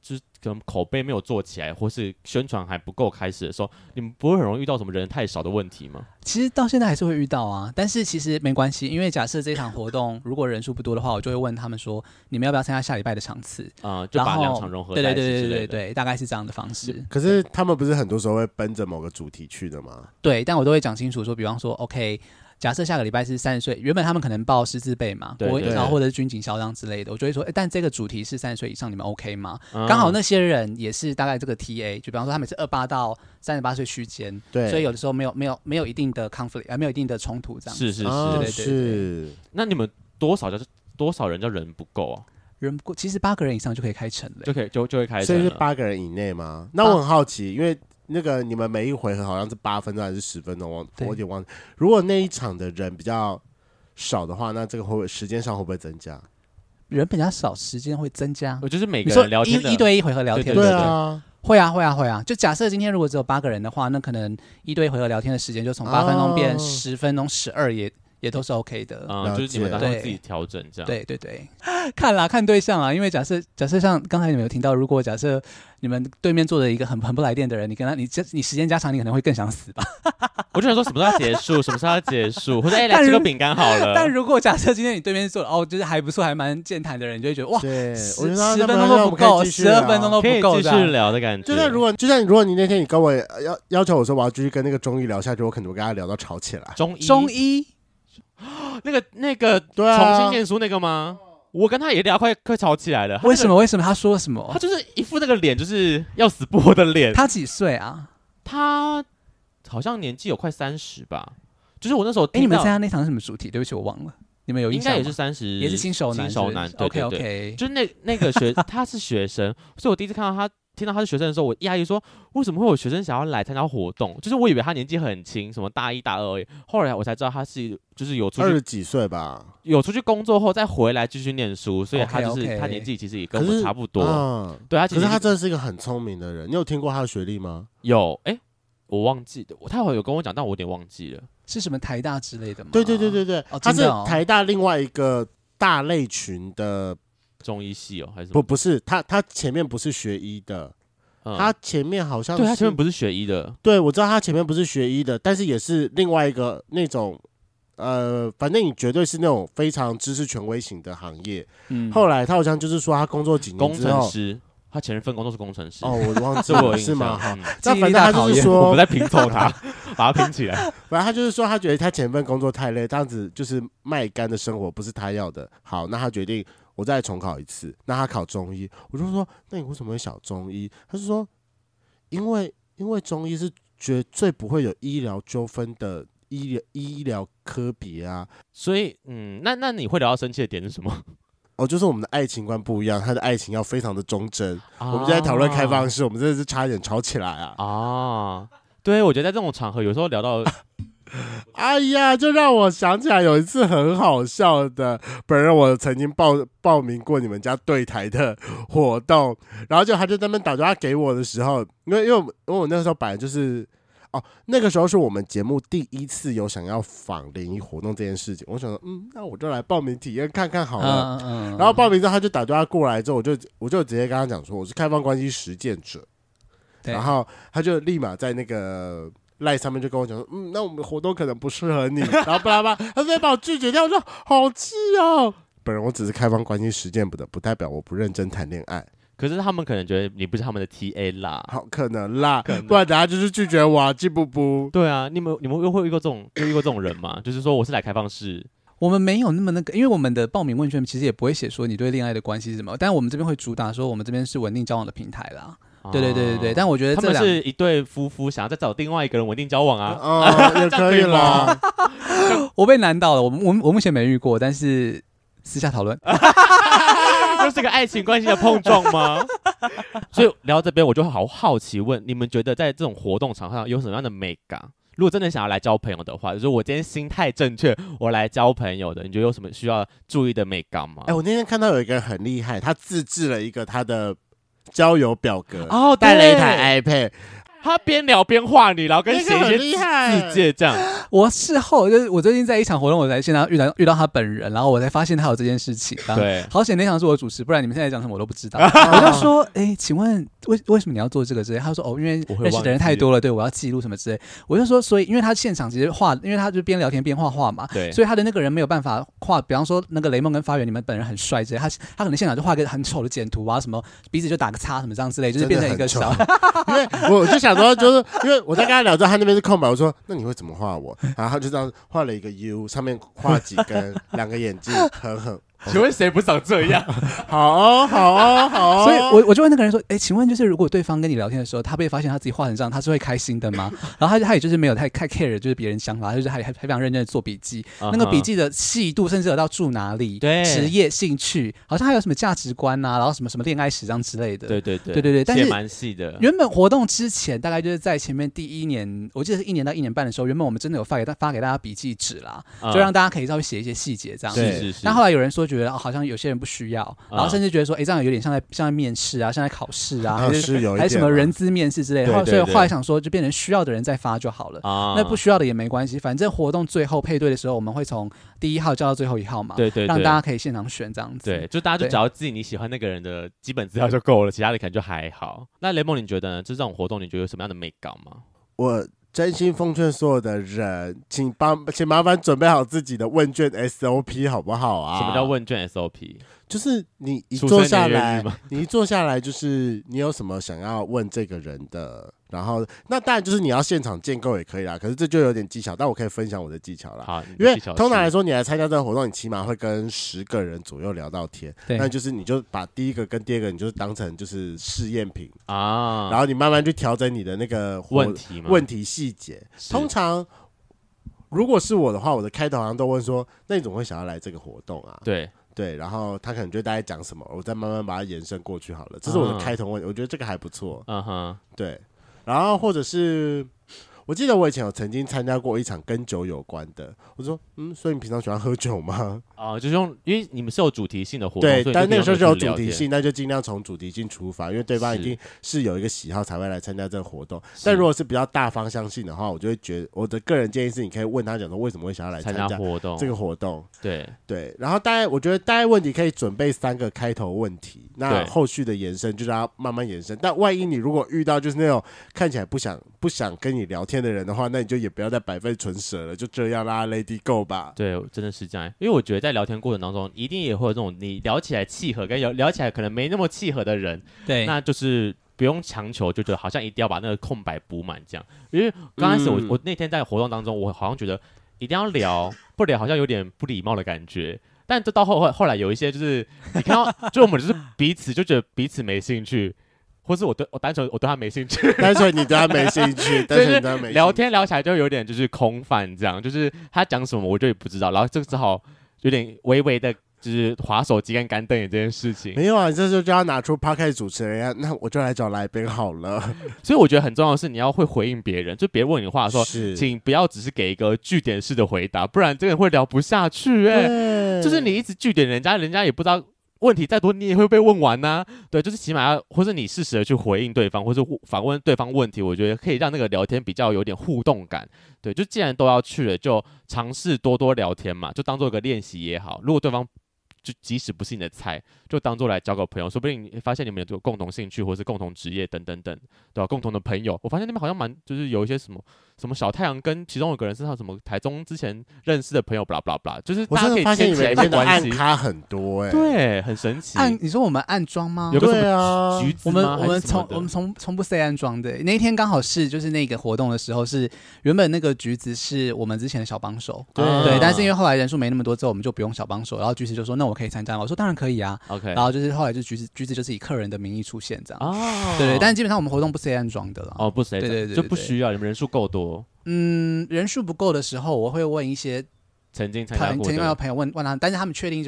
就是可能口碑没有做起来，或是宣传还不够开始的时候，你们不会很容易遇到什么人太少的问题吗？ 其实到现在还是会遇到啊，但是其实没关系，因为假设这场活动如果人数不多的话，我就会问他们说，你们要不要参加下礼拜的场次啊、呃？就把两场融合在一起之类的。 对对对对对对，大概是这样的方式。 可是他们不是很多时候会奔着某个主题去的吗？ 对，但我都会讲清楚说，比方说 ，OK。假设下个礼拜是三十岁，原本他们可能报师资辈嘛， 对对， 然后或者是军警校长之类的，我就会说，欸、但这个主题是三十岁以上，你们 OK 吗？刚、嗯、好那些人也是大概这个 T A， 就比方说他们是二八到三十八岁区间，对，所以有的时候没有没有没有一定的 conflict， 呃，没有一定的冲突这样子。 是是是， 哦、 对对对对。 那你们多少叫多少人叫人不够啊？ 人不够，其实八个人以上就可以开成了， 就可以就就会开成了， 所以是八个人以内吗？那我很好奇，因为。那个你们每一回合好像是八分钟还是十分钟，我我有点忘了。如果那一场的人比较少的话，那这个会不会时间上会不会增加？ 人比较少，时间会增加。 我就是每个人聊天的一一对一回合聊天， 对对对啊， 会啊会啊会啊。就假设今天如果只有八个人的话，那可能一对一回合聊天的时间就从八分钟变十分钟、十二也。也都是 OK 的， 嗯，就是你们打算自己调整这样。 对对对，看啦，看对象啦，因为假设假设像刚才你们有听到，如果假设你们对面坐着一个很很不来电的人，你跟他你你时间加长，你可能会更想死吧。 我就想说什么时候要结束，什么时候要结束，或者哎、欸、来吃个饼干好了。 但如果假设今天你对面坐哦，就是还不错，还蛮健谈的人，你就会觉得哇， 对， 我觉得十分钟都不够，十二分钟都不够， 可以继续聊的感觉。 就像如果就像如果你那天你跟我要要求我说我要继续跟那个中医聊下去，我可能会跟他聊到吵起来。 中医中医。 那个那个对啊， 重新念书那个吗？我跟他也聊快快吵起来了。 为什么？为什么？他说什么？ 他就是一副那个脸，就是要死不活的脸。 他几岁啊？ 他好像年纪有快三十吧。就是我那时候，哎、 欸，你们参加那场是什么主题？对不起，我忘了。你们有印象吗？ 应该也是三十， 也是新手男， 新手男。对对对， OK OK， 就是那那个学他是学生，所以我第一次看到他。听到他是学生的时候，我讶异说：“为什么会有学生想要来参加活动？”就是我以为他年纪很轻，什么大一、大二而已。后来我才知道他是就是有出去二十几岁吧， 有出去工作后再回来继续念书，所以他就是 okay, okay 他年纪其实也跟我们差不多。嗯、对他其实，可是他真的是一个很聪明的人。你有听过他的学历吗？ 有，哎、欸，我忘记了，他好像有跟我讲，但我有点忘记了， 是什么台大之类的吗？ 对对对对对， 哦、 他是台大另外一个大类群的中医系哦，还是不不是他他前面不是学医的。嗯、他前面好像是对他前面不是学医的， 对我知道他前面不是学医的，但是也是另外一个那种，呃，反正你绝对是那种非常知识权威型的行业。嗯，后来他好像就是说他工作几年之后， 工程师，他前一份工作是工程师。 哦，我忘记了，是吗？好，那反正他就是说，我们在拼凑他，把他拼起来。 反正他就是说，他觉得他前份工作太累，这样子就是卖干的生活不是他要的。好，那他决定。我再重考一次，那他考中医，我就说，那你为什么会想中医？他就说，因为因为中医是绝最不会有医疗纠纷的医疗医疗科别啊， 所以嗯，那那你会聊到生气的点是什么？ 哦，就是我们的爱情观不一样，他的爱情要非常的忠贞。啊、我们就在讨论开放式，我们真的是差一点吵起来啊！ 啊，对，我觉得在这种场合，有时候聊到。 哎呀，就让我想起来有一次很好笑的，本人我曾经报报名过你们家对台的活动，然后就他就在那边打电话给我的时候，因为因为因为我那个时候本来就是哦，那个时候是我们节目第一次有想要访联谊活动这件事情，我想说嗯，那我就来报名体验看看好了。嗯嗯、然后报名之后他就打电话过来之后，我就我就直接跟他讲说我是开放关系实践者，然后他就立马在那个。赖上面就跟我讲说，嗯，那我们活动可能不适合你，然后巴拉巴拉，他直接把我拒绝掉，我说好气哦。本人我只是开放关系实践不的，不代表我不认真谈恋爱。 可是他们可能觉得你不是他们的 T A 啦， 好可能啦，可能不然等下就是拒绝我啊，记不不？ 对啊，你们你们又会遇过这种又遇过这种人吗？就是说我是来开放式。 我们没有那么那个，因为我们的报名问卷其实也不会写说你对恋爱的关系是什么，但是我们这边会主打说我们这边是稳定交往的平台啦。对对对对对，但我觉得他们是一对夫妇，想要再找另外一个人稳定交往啊， 哦，也可以啦。 我被难倒了，我我我目前没遇过，但是私下讨论， 这是个爱情关系的碰撞吗？所以聊到这边，我就好好奇问你们，觉得在这种活动场上有什么样的美感？如果真的想要来交朋友的话，就是我今天心态正确，我来交朋友的，你觉得有什么需要注意的美感吗？ 哎、欸，我那天看到有一个人很厉害，他自制了一个他的交友表格， 哦， 带了一台 iPad， 他边聊边画你，然后跟写一些字界这样。 我事后就是我最近在一场活动，我才现在遇到遇到他本人，然后我才发现他有这件事情。 对， 好险那场是我主持，不然你们现在讲什么我都不知道。我就说，哎、欸，请问为为什么你要做这个之类？他说，哦，因为认识的人太多了，对我要记录什么之类。我就说，所以因为他现场其实画，因为他就边聊天边画画嘛， 对， 所以他的那个人没有办法画。比方说那个雷梦跟发源，你们本人很帅之类，他他可能现场就画一个很丑的简图啊，什么鼻子就打个叉什么这样之类，就是变成一个小。 因为我就想说，就是因为我在跟他聊之后，他那边是空白，我说那你会怎么画我？然后他就这样画了一个 U， 上面画几根，两个眼睛，很很。 请问谁不长这样？ 好哦，好哦，好哦。 所以我我就问那个人说，哎、欸，请问就是如果对方跟你聊天的时候，他被发现他自己画成这样，他是会开心的吗？然后他他也就是没有太太 care 就是别人想法，就是他还还非常认真的做笔记， uh-huh. 那个笔记的细度甚至有到住哪里、职业兴趣，好像还有什么价值观啊，然后什么什么恋爱史这样之类的。 对对对对对对，但是蛮细的。 原本活动之前大概就是在前面第一年，我记得是一年到一年半的时候，原本我们真的有发给发给大家笔记纸啦， uh-huh. 就让大家可以稍微写一些细节这样子。 是是是。 但后来有人说觉得、哦、好像有些人不需要，然后甚至觉得说，哎、欸，这样有点像在像在面试啊，像在考试啊，还是有还是什么人资面试之类的。 对对对， 所以后来想说，就变成需要的人再发就好了。啊、那不需要的也没关系，反正活动最后配对的时候，我们会从第一号叫到最后一号嘛， 对对对， 让大家可以现场选这样子。 对，就大家就只要自己你喜欢那个人的基本资料就够了，其他的可能就还好。那雷梦，你觉得呢？就这种活动，你觉得有什么样的美感吗？ 我真心奉劝所有的人，请帮，请麻烦准备好自己的问卷 S O P 好不好啊？ 什么叫问卷 S O P？ 就是你一坐下来，你一坐下来就是你有什么想要问这个人的，然后那当然就是你要现场建构也可以啦。可是这就有点技巧，但我可以分享我的技巧啦。 好， 因为通常来说，你来参加这个活动，你起码会跟十个人左右聊到天。 对， 那就是你就把第一个跟第二个，你就当成就是试验品啊， 然后你慢慢去调整你的那个问题嘛， 问题细节。通常如果是我的话，我的开头好像都问说，那你怎么会想要来这个活动啊？ 对。 对，然后他可能就大概讲什么，我再慢慢把它延伸过去好了。这是我的开头问题， uh-huh. 我觉得这个还不错。嗯哼，对。然后或者是，我记得我以前有曾经参加过一场跟酒有关的，我说，嗯，所以你平常喜欢喝酒吗？ 哦，就是用，因为你们是有主题性的活动， 对，但那个时候就有主题性，那就尽量从主题性出发，因为对方一定是有一个喜好才会来参加这个活动。但如果是比较大方向性的话，我就会觉得，我的个人建议是，你可以问他讲说，为什么会想要来参加活动这个活动？ 对对，然后大概我觉得大概问题可以准备三个开头问题，那后续的延伸就让它慢慢延伸。但万一你如果遇到就是那种看起来不想不想跟你聊天的人的话，那你就也不要再百分唇舌了，就这样啦 ，Lady Go 吧。 对，真的是这样，因为我觉得在聊天过程当中，一定也会有这种你聊起来契合跟聊聊起来可能没那么契合的人， 对， 那就是不用强求，就觉得好像一定要把那个空白补满这样。因为刚开始我、嗯、我那天在活动当中，我好像觉得一定要聊，不聊好像有点不礼貌的感觉。但这到后后来有一些就是你看到，就我们就是彼此就觉得彼此没兴趣。或是我对我单纯我对他没兴趣， 单纯你对他没兴趣，单纯你对他没兴趣， 聊天聊起来就有点就是空泛这样，就是他讲什么我就也不知道，然后就只好有点微微的就是滑手机跟干瞪眼这件事情。 没有啊，你这时候就要拿出 podcast 主持人，那我就来找来宾好了。 所以我觉得很重要的是你要会回应别人，就别人问你话的时候，请不要只是给一个句点式的回答，不然这个会聊不下去哎、欸。就是你一直句点人家，人家也不知道。问题再多你也会被问完啊，对，就是起码要，或是你适时的去回应对方，或是反问对方问题，我觉得可以让那个聊天比较有点互动感。对，就既然都要去了，就尝试多多聊天嘛，就当做一个练习也好。如果对方就即使不是你的菜，就当做来交个朋友，说不定你发现你们有共同兴趣，或是共同职业等等等，对吧、啊？共同的朋友，我发现那边好像蛮就是有一些什么。什么小太阳跟其中有个人是他什么台中之前认识的朋友，blah blah blah，就是大家可以牵起来一些关系。 暗咖很多哎、欸， 对，很神奇。 暗，你说我们暗装吗？ 有个什么橘子吗？ 我们我们从我们从从不 say 暗装的。那一天刚好是就是那个活动的时候，是原本那个橘子是我们之前的小帮手，对、啊、对，但是因为后来人数没那么多之后，我们就不用小帮手，然后橘子就说那我可以参加吗？我说当然可以啊。 OK， 然后就是后来就橘子橘子就是以客人的名义出现这样。哦，对对，但是基本上我们活动不 say 暗装的了。 哦，不 say， 对对 对, 对， 就不需要，你们人数够多。 嗯，人数不够的时候，我会问一些曾经参加过的曾经的朋友问问他，但是他们确定就是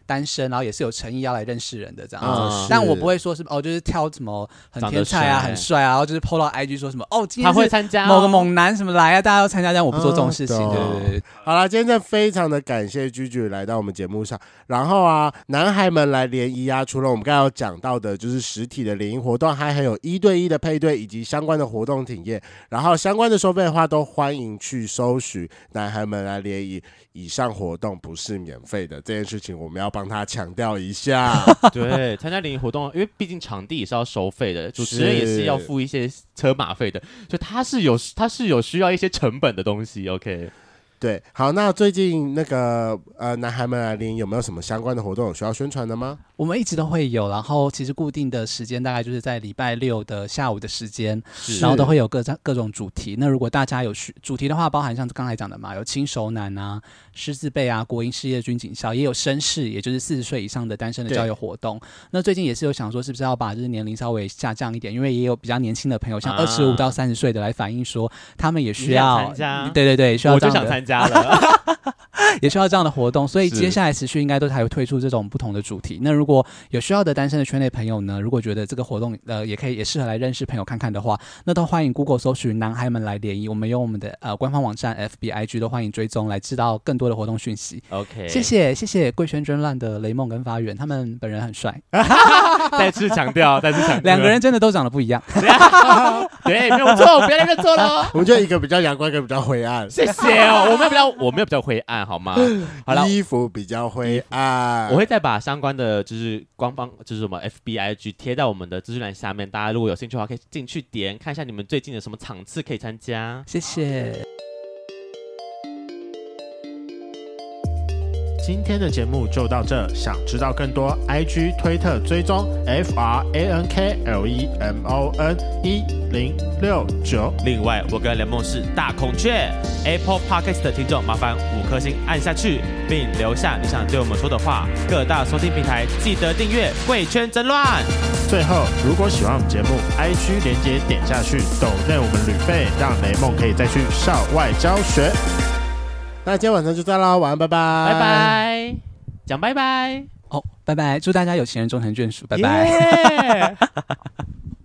单身，然后也是有诚意要来认识人的这样子。 嗯、 但我不会说是哦，就是挑什么很天才啊、很帅啊，然后就是 po 到 I G 说什么哦，今天他会参加某个猛男什么来啊，大家要参加，但我不做这种事情。嗯、对对对。 好啦，今天真的非常的感谢居居来到我们节目上。然后啊，男孩们来联谊啊，除了我们刚才有讲到的，就是实体的联谊活动，还还有一对一的配对以及相关的活动体验。然后相关的收费的话，都欢迎去搜寻男孩们来联谊。以上活动不是免费的，这件事情我们要帮他强调一下。 对，参加联谊活动，因为毕竟场地也是要收费的，主持人也是要付一些车马费的，所以他是有他是有需要一些成本的东西。OK。 对，好，那最近那个呃，男孩们来联谊有没有什么相关的活动有需要宣传的吗？ 我们一直都会有，然后其实固定的时间大概就是在礼拜六的下午的时间，然后都会有各各种主题。那如果大家有主题的话，包含像刚才讲的嘛，有轻熟男啊、狮字辈啊、国营事业军警校，也有绅士，也就是四十岁以上的单身的交友活动。那最近也是有想说，是不是要把就是年龄稍微下降一点，因为也有比较年轻的朋友，像二十五到三十岁的来反映说，他们也需要参加， 对对对，需要这样的， 我就想参加了。 也需要这样的活动，所以接下来持续应该都还会推出这种不同的主题。那如果有需要的单身的圈内朋友呢，如果觉得这个活动呃也可以也适合来认识朋友看看的话，那都欢迎 Google 搜寻男孩们来联谊，我们有我们的呃官方网站 F B I G 都欢迎追踪来知道更多的活动讯息。 OK， 谢谢谢谢贵圈真乱的雷梦跟发源，他们本人很帅。 再次强调，再次强调， 两个人真的都长得不一样。 对，没有错，不要再认错了。 我们就一个比较阳光，一个比较灰暗。 谢谢哦，我没有比较，我没有比较灰暗，好吗？好了， 衣服比较灰暗。 我会再把相关的就是官方就是什么 F B I G 贴在我们的资讯栏下面，大家如果有兴趣的话，可以进去点看一下你们最近有什么场次可以参加。 谢谢。 今天的节目就到这，想知道更多 I G 推特追踪 F R A N K L E M O N 一零六九。 另外我跟雷梦是大孔雀 Apple Podcast 的听众，麻烦五颗星按下去，并留下你想对我们说的话。各大收听平台记得订阅贵圈争乱。 最后如果喜欢我们节目， I G 连结点下去抖内我们旅费，让雷梦可以再去校外教學。那今天晚上就这样咯，晚安，拜拜， 拜拜，讲拜拜哦，拜拜，祝大家有情人终成眷属，拜拜。 Yeah